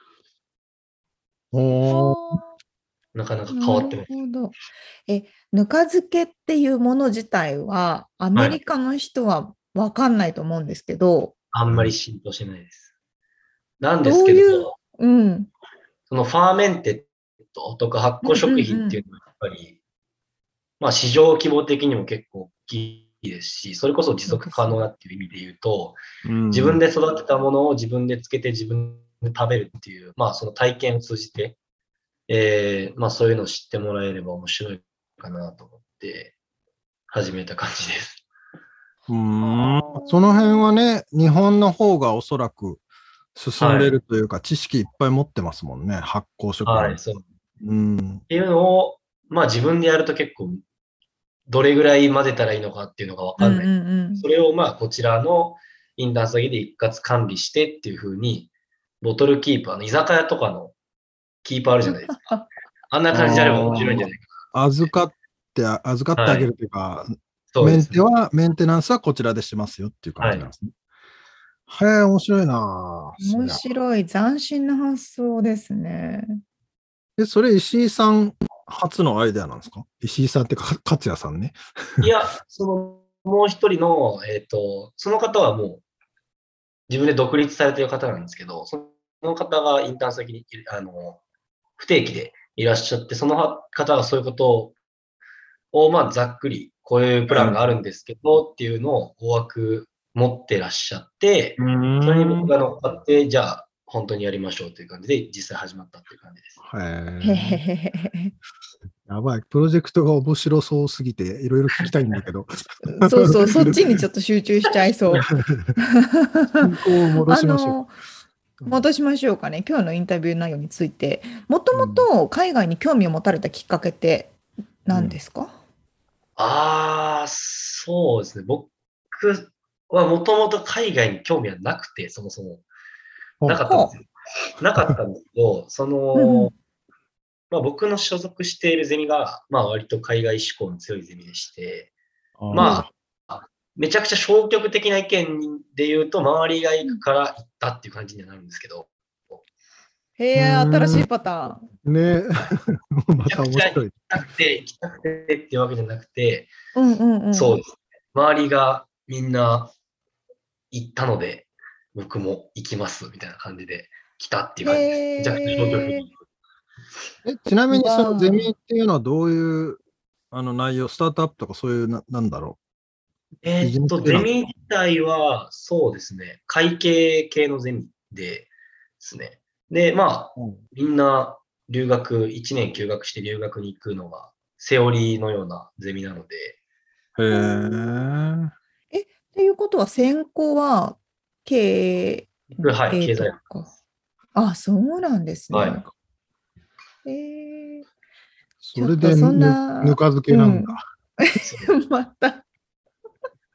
おーなかなか変わってます。 なるほど。え、ぬか漬けっていうもの自体は、アメリカの人は分かんないと思うんですけど、 あんまり浸透してないです。なんですけどういう、 ど、 うん。 そのファーメンテッドとか発酵食品っていうのはやっぱり、まあ市場規模的にも結構大きいですし、それこそ持続可能だっていう意味で言うと、 うん自分で育てたものを自分でつけて自分で食べるっていう、まあその体験を通じて、えー、まあそういうのを知ってもらえれば面白いかなと思って始めた感じです。 うーんその辺はね、日本の方がおそらく進んでるというか、知識いっぱい持ってますもんね、発酵食品。 はい、そう。っうんていうのを、まあ自分でやると結構、どれぐらい混ぜたらいいのかっていうのがわかんない。 うんうんうんそれをまあこちらのインターン先で一括管理してっていう風に、ボトルキープ、あの居酒屋とかのキーパーあるじゃないですか。あんな感じであれば面白いんじゃないかな。 預かって、預かってあげるというか、メそうですね。 ンテは、メンテナンスはこちらでしますよっていう感じなんですね。へえ、面白いなぁ。 面白い、斬新な発想ですね。 で、それ石井さん初のアイデアなんですか？石井さんってか、勝也さんね。 いや、その、もう一人の、えっと、その方はもう、自分で独立されている方なんですけど、その方がインターン先に、あの、不定期でいらっしゃって、その方がそういうことを、まあ、ざっくり、こういうプランがあるんですけど、っていうのを大枠持ってらっしゃって、それに僕が乗っかって、じゃあ、本当にやりましょうという感じで、実際始まったっていう感じです。 へへへえ。 へへやばい。プロジェクトが面白そうすぎて、いろいろ聞きたいんだけど。 へそうそう、そっちにちょっと集中しちゃいそう。 進行を戻しましょう。 あの戻しましょうかね。今日のインタビュー内容について、もともと海外に興味を持たれたきっかけって何ですか？ ああ、そうですね。僕はもともと海外に興味はなくて、そもそも。なかったんですよ。なかったんですけど、そうんうのん、 まあ、僕の所属しているゼミが、まあ、割と海外志向の強いゼミでして、まあ、めちゃくちゃ消極的な意見で言うと、周りが行くから行ったっていう感じにはなるんですけど、 へえ、新しいパターン。 ねまめちゃくちゃ行た面白い。 きたくて、行きたくてっていうわけじゃなくて、 うんうんうん。 そうですね。周りがみんな行ったので、僕も行きますみたいな感じで来たっていう感じです。めちゃくちゃ消極へえ。 的。 えちなみにそのゼわミっていうのはどういうあの内容、スタートアップとかそういうな、なんだろえーっと、ゼミ自体は、そうですね、会計系のゼミでですね。で、まあ、 う。 みんな留学、いちねん休学して留学に行くのが、セオリーのようなゼミなので、 へえ。 え、っていうことは専攻は経はい、 営経済とか。あ、そうなんですはいね。えー、 それでちょっとそんぬな、 ぬか漬けなんだ。 うん、また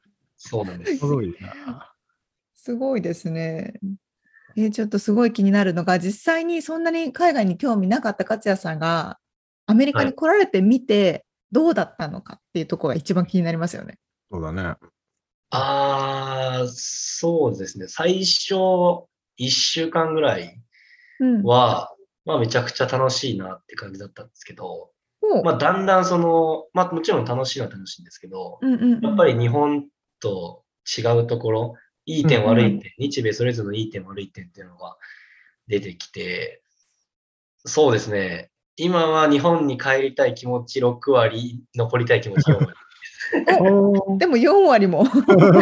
そうなんです。 すごいな。 すごいですね。えーちょっとすごい気になるのが、実際にそんなに海外に興味なかった勝也さんが、アメリカにはい。 来られてみて、どうだったのかっていうところが一番気になりますよね。 そうだね。 ああ、そうですね。最初、いっしゅうかんぐらいうん。 は、まあめちゃくちゃ楽しいなって感じだったんですけど、 おまあだんだんその、まあもちろん楽しいのは楽しいんですけど、 うんうんうん。 やっぱり日本と違うところ、いい点うん悪い点、日米それぞれのいい点悪い点っていうのが出てきて、そうですね。今は日本に帰りたい気持ちろく割、残りたい気持ちよん割。 おでもよん割も。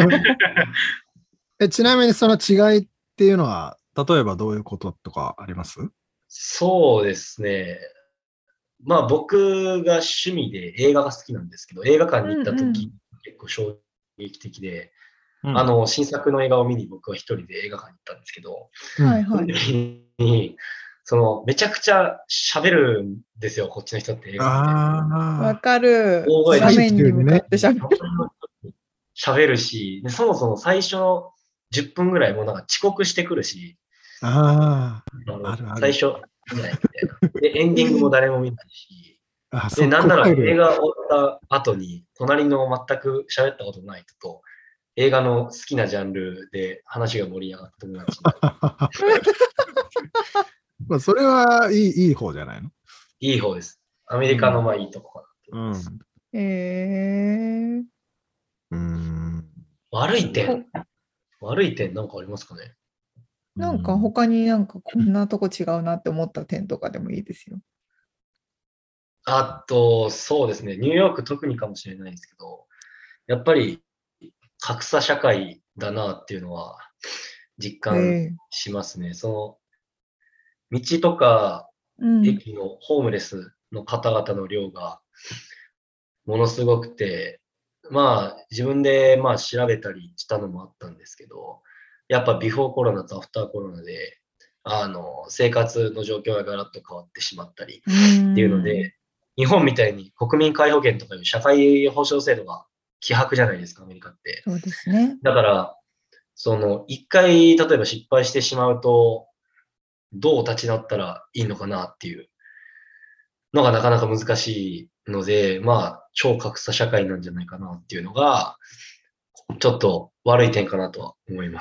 え、ちなみにその違いっていうのは、例えばどういうこととかあります？ そうですね。まあ僕が趣味で映画が好きなんですけど、映画館に行ったうんうん時、結構衝撃的で、 うんあの、新作の映画を見に僕は一人で映画館に行ったんですけど、そのはいはい。 時に、その、めちゃくちゃ喋るんですよ、こっちの人って映画館で。 わああ、 かる。 大声で画面に向かってしゃべる。 喋るし、でそもそも最初のじゅっぷんぐらいもうなんか遅刻してくるし、 ああのあ、あるある。 最初見ないみたいな。で、エンディングも誰も見ないし、 あ、 で、 速なんなら攻入る。 映画終わった後に、隣の全く喋ったことない人と、映画の好きなジャンルで話が盛り上がった友達になる。 まあ、それはいい、いい方じゃないの？ いい方です。アメリカのまあいいとこかなって思います。 うん。 へえ。 うーん。 悪いほ点悪い点なんかありますかね？ なんか他になんかこんなとこ違うなって思った点とかでもいいですよ。 あと、そうですね。ニューヨーク特にかもしれないですけど、やっぱり格差社会だなっていうのは実へ感え。 しますね。その道とかうん。 駅のホームレスの方々の量がものすごくて、まあ自分でまあ調べたりしたのもあったんですけど、やっぱビフォーコロナとアフターコロナで、あの、生活の状況がガラッと変わってしまったりうっていうのん。 で、日本みたいに国民皆保険とかいう社会保障制度が希薄じゃないですか、アメリカって。 そうですね。 だから、その、一回、例えば失敗してしまうと、どう立ち直ったらいいのかなっていうのがなかなか難しいので、まあ、超格差社会なんじゃないかなっていうのが、ちょっと悪い点かなとは思います。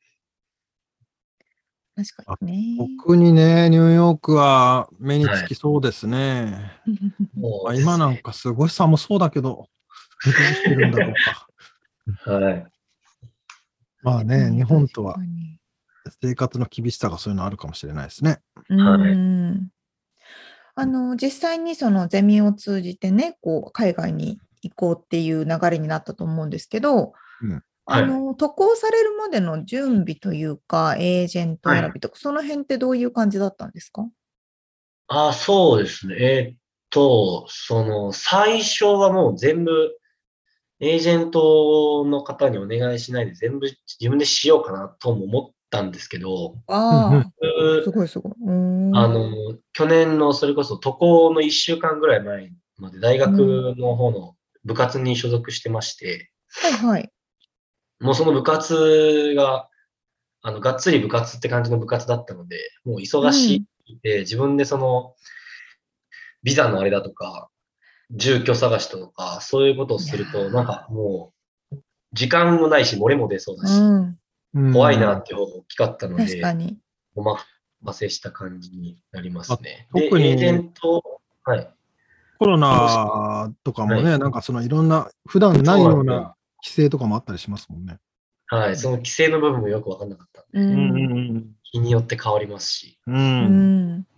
確かにね。 僕にね、ニューヨークは目につはい。 きそうですね。 そうあ、 ですね。 今なんかすごい寒そうだけど、どうしてるんだろうか。 はい。 まあね、日本とは確かに。 生活の厳しさがそういうのあるかもしれないですね。 うはい。 ん。あの、実際にそのゼミを通じてね、こう、海外に行こうっていう流れになったと思うんですけど、 うん。 はい。 あの、渡航されるまでの準備というか、エージェントはい。 選びとか、その辺ってどういう感じだったんですか？ あ、そうですね。えーっと、その、最初はもう全部、エージェントの方にお願いしないで全部自分でしようかなとも思ったんですけど、 うんうんああ、すごいすごい。うーん。 あの、去年のそれこそ渡航のいっしゅうかんぐらい前まで大うん。 学の方の部活に所属してまして、 はいはい。 もうその部活が、あの、がっつり部活って感じの部活だったので、もうう忙しん。 いで、自分でその、ビザのあれだとか、住居探しとか、そういうことをいやすると、なんかもう、時間もないし、漏れも出そうだー、 し、 うん。 怖いなうん。 っていう方が大きかったので、 確かに。 お任せした感じになりままあ、 すね。で、 特エージェにント、はい。 コロもし、 ナとかもね、 はい。 なんかそのいろんな、普段なそういようななんですよ。 規制とかもあったりしますもんね。 はい。その規制の部分もよくわかんなかったんうで、 ん。 日によって変わりますし。 う。 うんん。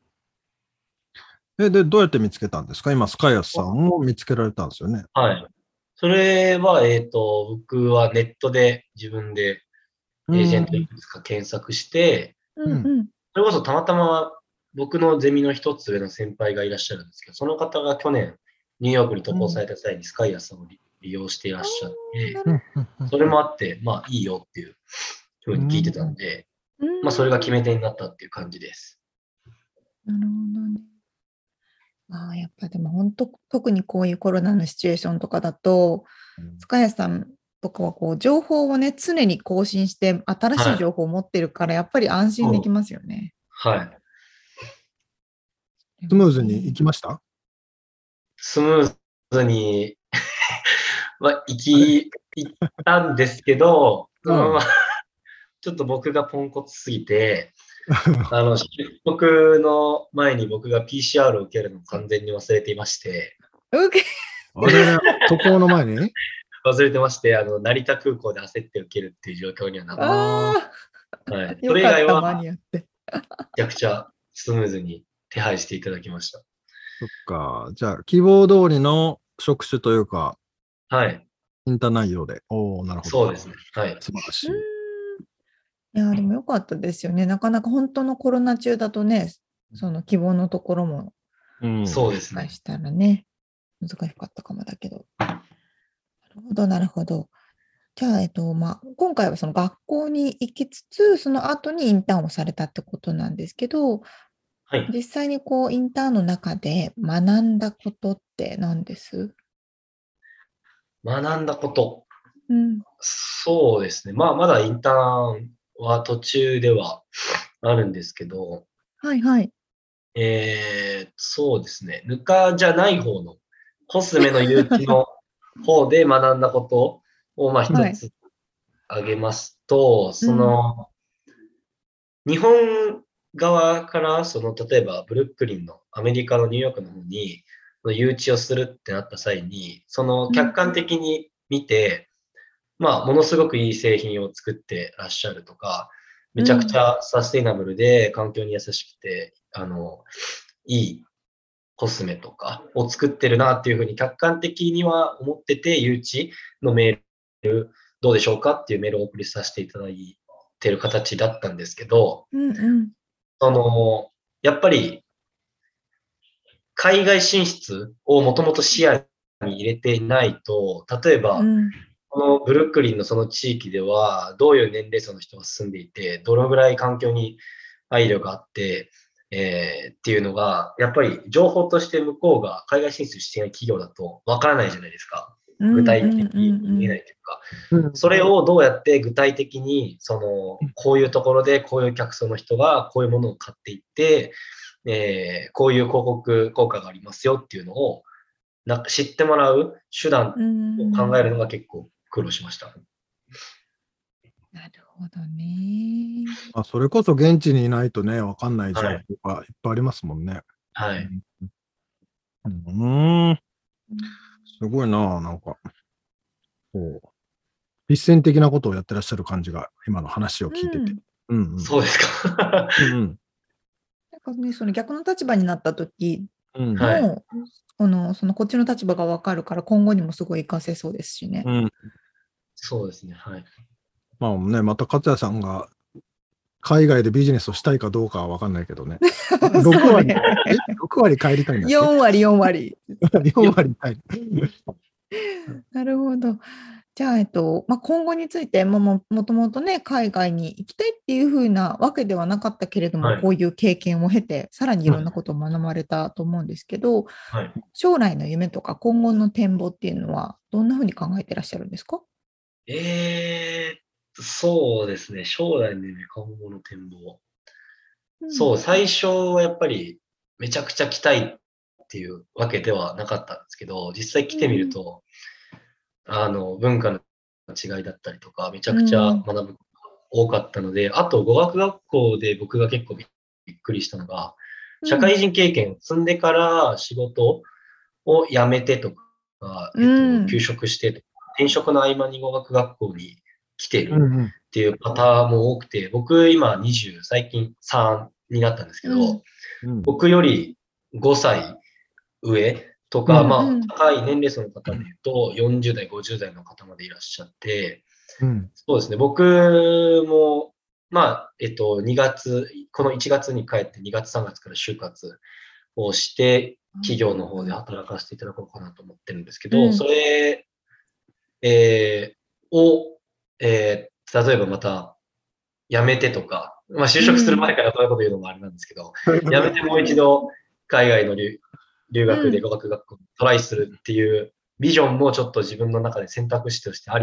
え、で、どうやって見つけたんですか？今、スカイアスさんも見つけられたんですよね。 はい。それは、えっと、僕はネットで自分でうエージェントいん。 くつか検索して、 うんうん。 それこそたまたま僕のゼミの一つ上の先輩がいらっしゃるんですけど、その方が去年ニューヨークに渡航された際にスカイアスさんを利利用していらっあしゃっあ、なて、 るうんうんそれもあって、まあいいよっていうふうに聞いてたんで、 ほど。 まあそれがうん。 決め手になったっていう感じです。 なるほどね。ああ、やっぱでも本当、特にこういうコロナのシチュエーションとかだと、 うん塚谷さん、 とかはこう情報をね、常に更新して新しい情報を持ってるから、やっぱり安心できますよね。 はい。 スムーズにいきました？ スムーズには行き、行ったんですけど、 うんそのちょっと僕がポンコツすぎて、あの、出国の前に僕が ピーシーアール を受けるのを完全に忘れていまして、 受けあれね、渡航の前に忘れてまして、あの、成田空港で焦って受けるっていう状況にはなって、 あはい。 あ、 それ以外よかった、間は、 に合って。 めちゃくちゃスムーズに手配していただきました。 そっか。じゃあ、希望通りの職種というか、 はい。 インター内容で。おお、なるほど。 そうですね。はい。 素晴らしい。 いや、でもよかったですよね。なかなか本当のコロナ中だとね、その希望のところも、 うん、 そうですね。 もしかしたらね、難しかったかもだけど。なるほど、なるほど。じゃあ、えっと、まあ、今回はその学校に行きつつ、その後にインターンをされたってことなんですけど、 はい。 実際にこう、インターンの中で学んだことって何です？ 学んだこと。 うん。 そうですね。まあ、まだインターンは途中ではあるんですけど、 はいはい。 えー、そうですね。ぬかじゃない方の、コスメの有機の方で学んだことを、まあ、一はい。 つ挙げますと、 うそん。 の、日本側から、その、例えば、ブルックリンのアメリカのニューヨークの方に、その誘致をするってなった際に、その、 うん。 客観的に見て、まあ、ものすごくいい製品を作ってらっしゃるとか、めちゃくちゃサステイナブルで環境に優しくて、あの、いいコスメとかを作ってるなっていうふうに客観的には思ってて、誘致のメールどうでしょうかっていうメールをお送りさせていただいてる形だったんですけど、 うんうん。 その、やっぱり海外進出をもともと視野に入れていないと、例えば、 うん。 このブルックリンのその地域では、どういう年齢層の人が住んでいて、どのぐらい環境に配慮があって、えーっていうのが、やっぱり情報として向こうが海外進出していない企業だとわからないじゃないですか。 うん具体的うんうんに見えないというか。それをどうやって具体的に、その、こういうところでこういう客層の人がこういうものを買っていって、えーこういう広告効果がありますよっていうのを、なんか知ってもらう手段うんを考えるのが結構苦労しました。 なるほどね。 まあ、それこそ現地にいないとね、わかんない情報がはいいっぱいありますもんね。 はい。 うん。うんすごいな、なんか、こう、実践的なことをやってらっしゃる感じが、今の話を聞いてて。 うんうんうん。 そうですか。 うんなんかね、その逆の立場になった時うん。うんはいも、この、そのこっちの立場がわかるから、今後にもすごい活かせそうですしね。 うん。 そうですね。はい。 まあね、また勝也さんが海外でビジネスをしたいかどうかはわかんないけどね。ろくそう割、 ね。 え ?ろく 割帰りたいんだっけよん割、よん割。 よん割帰る。 なるほど。じゃあ、えっと、まあ、今後についても、も、もともとね、海外に行きたいっていうふうなわけではなかったけれども、 はいこういう経験を経て、さらにいろんなことを学ばれたと思うんですけど、 はい。 将来の夢とか今後の展望っていうのは、どんなふうに考えてらっしゃるんですか？ えー、そうですね。将来の夢、今後の展望。 うんそう、最初はやっぱりめちゃくちゃ来たいっていうわけではなかったんですけど、実際来てみると、あの、文化の違いだったりとか、めちゃくちゃ学ぶことが多かったので、あと語学学校で僕が結構びっくりしたのが、社会人経験を積んでから仕事を辞めてとか、えうんっと、休職してとか、転職の合間に語学学校に来てるうんうんっていうパターンも多くて、僕今にじゅう、最近さんになったんですけど、 うんうん僕よりごさい上とか、 うんまうんあ、高い年齢層の方で言うと、よんじゅう代、ごじゅう代の方までいらっしゃって、 うんそうですね、僕も、まあ、えっと、にがつ、このいちがつに帰ってにがつ、さんがつから就活をして、企業の方で働かせていただこうかなと思ってるんですけど、 うんそれ、えーを、えー例えばまた、辞めてとか、まあ、就職する前からそういうこと言うのもあれなんですけど、辞めてもう一度海外の留留学で語学学校にトライするっていうビジョンもちょっと自分の中で選択肢としてあり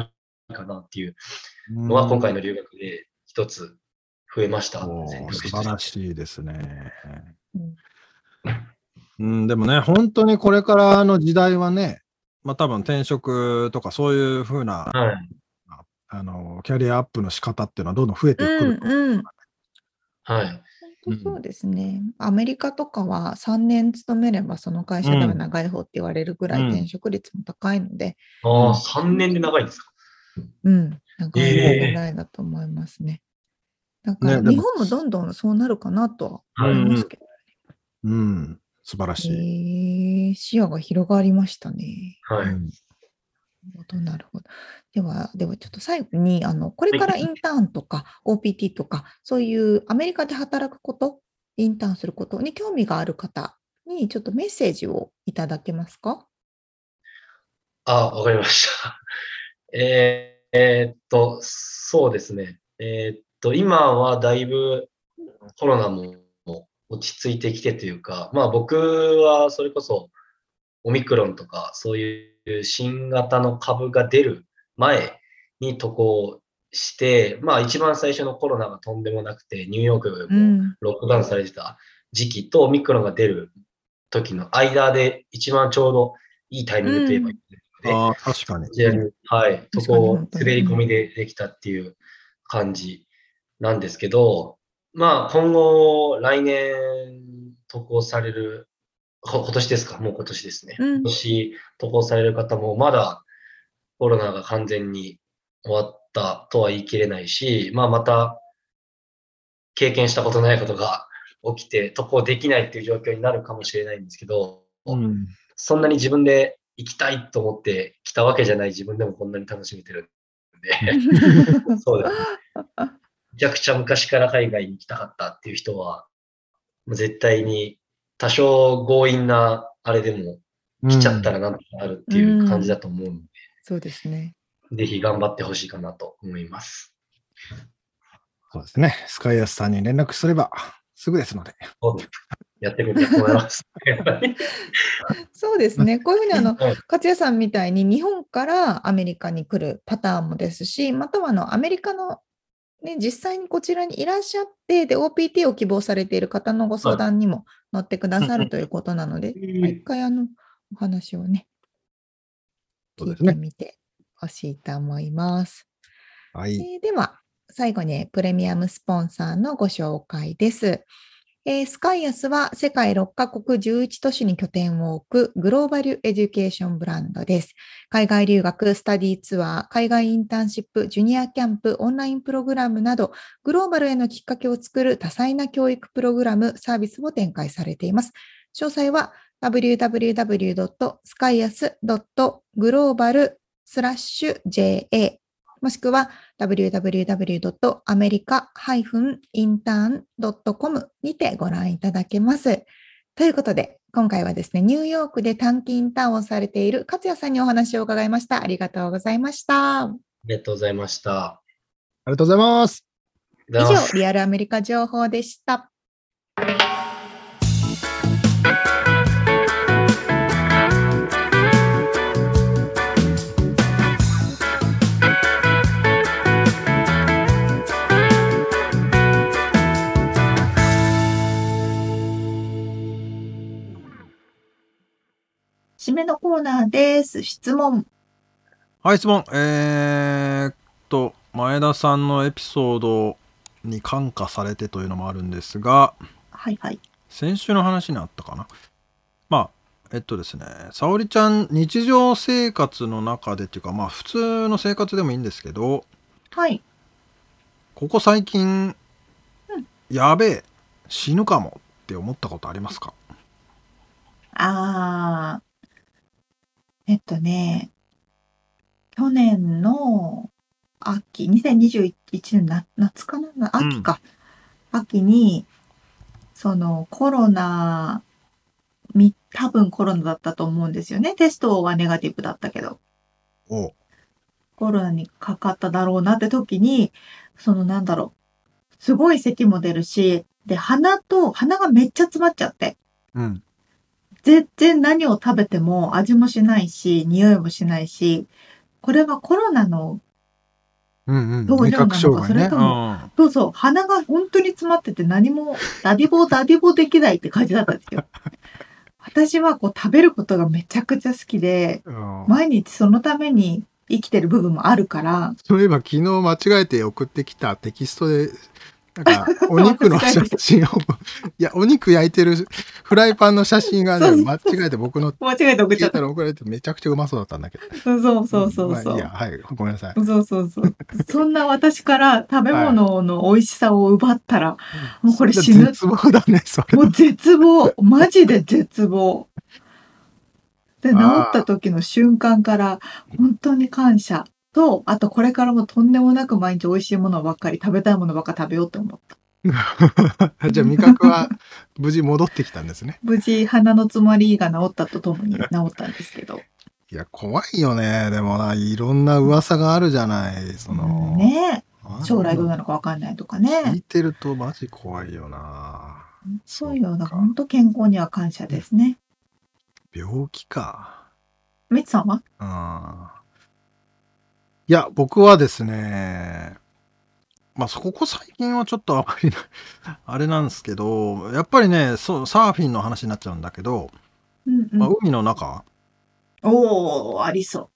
かなっていうのは、 うん今回の留学で一つ増えました。 おー選択肢素晴らとして。 しいですね。 うんうん、でもね、本当にこれからの時代はね、まあ多分転職とかそういうふうな、 はい。 あの、キャリアアップの仕方っていうのはどんどん増えてくると。 うんうん。 はい。 本当そうですね。アメリカとかはさんねん勤めればその会社では長い方って言われるぐらいうん転職率も高いので、 ああ、 うんさんねんで長いんですか。 うん、長いええぐらいだと思いますね。だからねでも日本もどんどんそうなるかなとは思いますけど。 うん、素晴らしい。 えー、視野が広がりましたね。 はい。 うんなるほど、なるほど。では、ではちょっと最後に、あの、これからインターンとか オーピーティー とか、そういうアメリカで働くこと、インターンすることに興味がある方に、ちょっとメッセージをいただけますか？ あ、わかりました。えーえーっと、そうですね。えーっと、今はだいぶコロナも落ち着いてきてというか、まあ僕はそれこそオミクロンとかそういう新型の株が出る前に渡航して、まあ一番最初のコロナがとんでもなくて、ニューヨークもうん。 ロックダウンされてた時期とオミクロンが出る時の間で一番ちょうどいいタイミングといえばいいので、 ああ、確かにこ。ちらに、はい、そ確かにこを本当に滑り込みでできたっていう感じなんですけど、まあ今後、来年渡航される、こ今年ですか、もう今年ですね。 うん今年渡航される方もまだコロナが完全に終わったとは言い切れないし、まあまた経験したことないことが起きて渡航できないっていう状況になるかもしれないんですけど、 うんそんなに自分で行きたいと思って来たわけじゃない自分でもこんなに楽しめてるんで、そうですね。めちゃくちゃ昔から海外に行きたかったっていう人は、もう絶対に多少強引なあれでも来ちゃったらなんとかなるっていう感じだと思うので、 そうですね。 ぜひ頑張ってほしいかなと思います。 そうですね。スカイアスさんに連絡すればすぐですので。 やってくれてもらいます。 そうですね。こういうふうにあの、 はい勝也さんみたいに日本からアメリカに来るパターンもですし、またはあのアメリカの、ね、実際にこちらにいらっしゃって、で、オーピーティー を希望されている方のご相談にも乗ってくださるということなので、まあ一回あの、お話をね、聞いそうですねてみてほしいと思います。 はい。 えーでは、最後にプレミアムスポンサーのご紹介です。えースカイアスは世界ろっカ国じゅういち都市に拠点を置くグローバルエデュケーションブランドです。海外留学、スタディツアー、海外インターンシップ、ジュニアキャンプ、オンラインプログラムなど、グローバルへのきっかけを作る多彩な教育プログラム、サービスを展開されています。詳細は ダブリューダブリューダブリュードットスカイアスドットグローバルスラッシュジェーエー もしくは ダブリューダブリューダブリュードットアメリカインターンドットコム にてご覧いただけます。ということで、今回はですね、ニューヨークで短期インターンをされている勝也さんにお話を伺いました。ありがとうございました。 ありがとうございました。 ありがとうございます。 以上、リアルアメリカ情報でした。締めのコーナーです。質問。 はい、質問。えーっと、前田さんのエピソードに感化されてというのもあるんですが、 はいはい。 先週の話にあったかな。まあ、えっとですね、沙織ちゃん、日常生活の中でっていうか、まあ、普通の生活でもいいんですけど、 はい。 ここ最近、 うんやべえ、死ぬかもって思ったことありますか？ あー、えっとね、去年の秋、にせんにじゅういちねんな夏かなな秋か。秋に、そのコロナ、み、多分コロナだったと思うんですよね。テストはネガティブだったけど、 おコロナにかかっただろうなって時に、そのなんだろう、すごい咳も出るし、で、鼻と、鼻がめっちゃ詰まっちゃって、 うん。 全然何を食べても味もしないし、匂いもしないし、これはコロナのうんうん。 そう味覚障害ね。 それともそうそう、鼻が本当に詰まってて何もダディボダディボできないって感じだったんですよ。私はこう食べることがめちゃくちゃ好きで、 うんうん、 毎日そのために生きてる部分もあるから。 そういえば昨日間違えて送ってきたテキストでなんかお肉の写真をいやお肉焼いてるフライパンの写真がね間違えて僕の間違えて送っちゃった。 送られてめちゃくちゃうまそうだったんだけど。 そうそうそうそうそう。 まあ、いやはいごめんなさい。 そうそうそう。そんな私から食べ物の美味しさを奪ったら、はい、もうこれ死ぬ。 絶望だねそれ。 もう絶望、マジで絶望。で治った時の瞬間から本当に感謝。と、あとこれからもとんでもなく毎日美味しいものばっかり、食べたいものばっかり食べようと思った。 じゃあ味覚は無事戻ってきたんですね。 無事鼻の詰まりが治ったとともに治ったんですけど。 いや怖いよね。でもないろんな噂があるじゃない。その、 うん、ね将来どうなるかわかんないとかね。 聞いてるとマジ怖いよな。 そうよ。だから本当健康には感謝ですね。 病気か。 みつさんは？ ああ。いや、僕はですね、まあ、ここ最近はちょっとあまりあれなんですけど、やっぱりね、そう、サーフィンの話になっちゃうんだけど、 うんうん、 まあ、海の中おー、ありそう。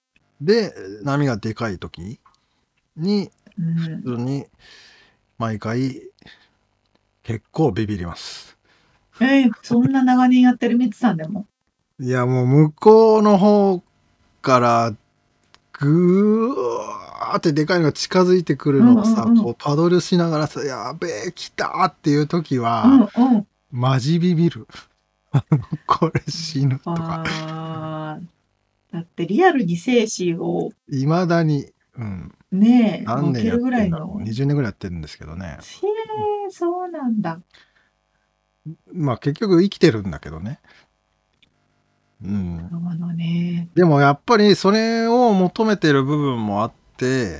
で、波がでかい時に、 うん、 普通に毎回結構ビビります。 えー、そんな長年やってるみつさんでも？ いや、もう向こうの方からぐーってでかいのが近づいてくるのをさ、うんうんうん、こうパドルしながらさ、やべえ来たっていう時は、うんうん、マジビビる。これ死ぬとか。 あだってリアルに生死をいまだに、うん、 ねえ何年やってるんだろう。にじゅうねんぐらいやってるんですけどね。 へえ、そうなんだ。 まあ結局生きてるんだけどね。うん、 ね、 でもやっぱりそれを求めてる部分もあって、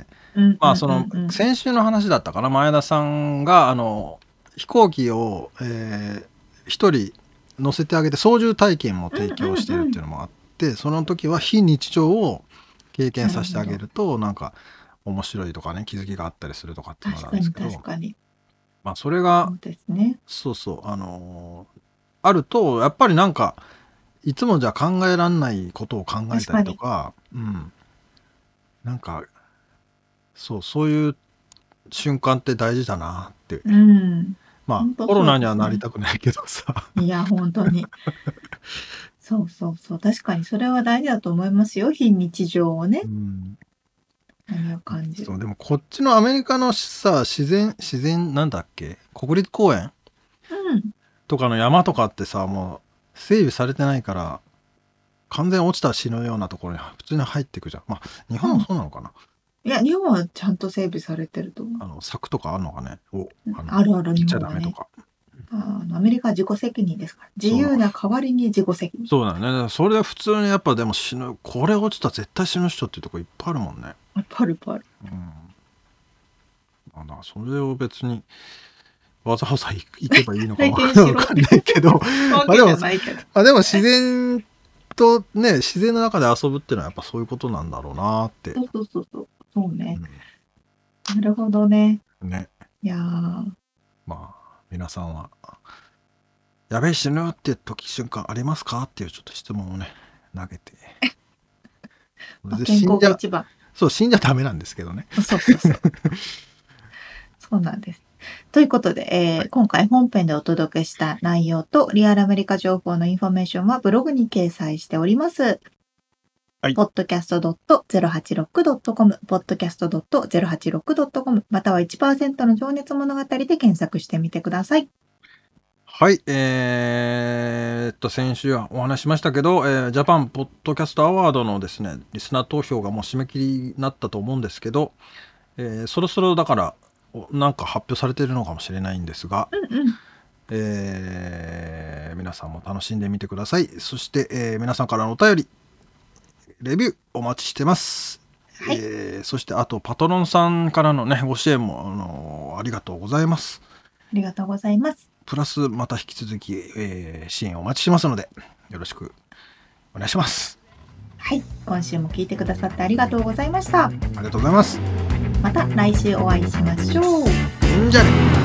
うんうんうんうん、まあその先週の話だったかな、前田さんがあの飛行機を、えー、一人乗せてあげて操縦体験も提供してるっていうのもあって、うんうんうん、その時は非日常を経験させてあげるとなんか面白いとかね気づきがあったりするとかっていうのなんですけど、 確かに確かに、 まあそれがそうですね、 そうそうあのー、あるとやっぱりなんかいつもじゃ考えらんないことを考えたりとか、うん、なんかそうそういう瞬間って大事だなって、 うん、 まあ、ね、コロナにはなりたくないけどさいや本当にそうそうそう確かにそれは大事だと思いますよ、非日常をね、うん、何を感じる。 そうでもこっちのアメリカのさ自然自然なんだっけ国立公園、 うん、 とかの山とかってさもう整備されてないから完全に落ちたら死ぬようなところに普通に入っていくじゃん。まあ日本もそうなのかな、 うん、いや日本はちゃんと整備されてると思う。 あの柵とかあるのかね。おあのあるある日本はね。とかあのアメリカは自己責任ですから自由な代わりに自己責任。 そうだよね。それは普通にやっぱでも死ぬこれ落ちたら絶対死ぬ人っていうとこいっぱいあるもんね。 いっぱいあるいっぱいある。 うん。あだそれを別にわざわざ行けばいいのかわかんないけどまあでも、まあ、でも自然とね自然の中で遊ぶっていうのはやっぱそういうことなんだろうなって。 そうそうそうそうそうね、うん、なるほどね。 ね。 いやまあ皆さんはやべえ死ぬって時瞬間ありますかっていうちょっと質問をね投げて健康が一番。 そう死んじゃダメなんですけどね。 そうそうそうそうなんです。ということで、えーはい、今回本編でお届けした内容とリアルアメリカ情報のインフォメーションはブログに掲載しております。はい、ポッドキャストドットゼロはちろくドットコム ポッドキャストドットゼロはちろくドットコム または いちパーセント の情熱物語で検索してみてください。 はい、えー、っと先週はお話ししましたけど、えー、ジャパンポッドキャストアワードのですねリスナー投票がもう締め切りになったと思うんですけど、えー、そろそろだからなんか発表されているのかもしれないんですが、 うんうんえー、皆さんも楽しんでみてください。そして、えー、皆さんからのお便りレビューお待ちしてます、 はいえー、そしてあとパトロンさんからのねご支援も、あのー、ありがとうございます。 ありがとうございます。 プラスまた引き続き、えー、支援お待ちしてますのでよろしくお願いします。 はい、今週も聞いてくださってありがとうございました。 ありがとうございます。 また来週お会いしましょう。 んじゃね。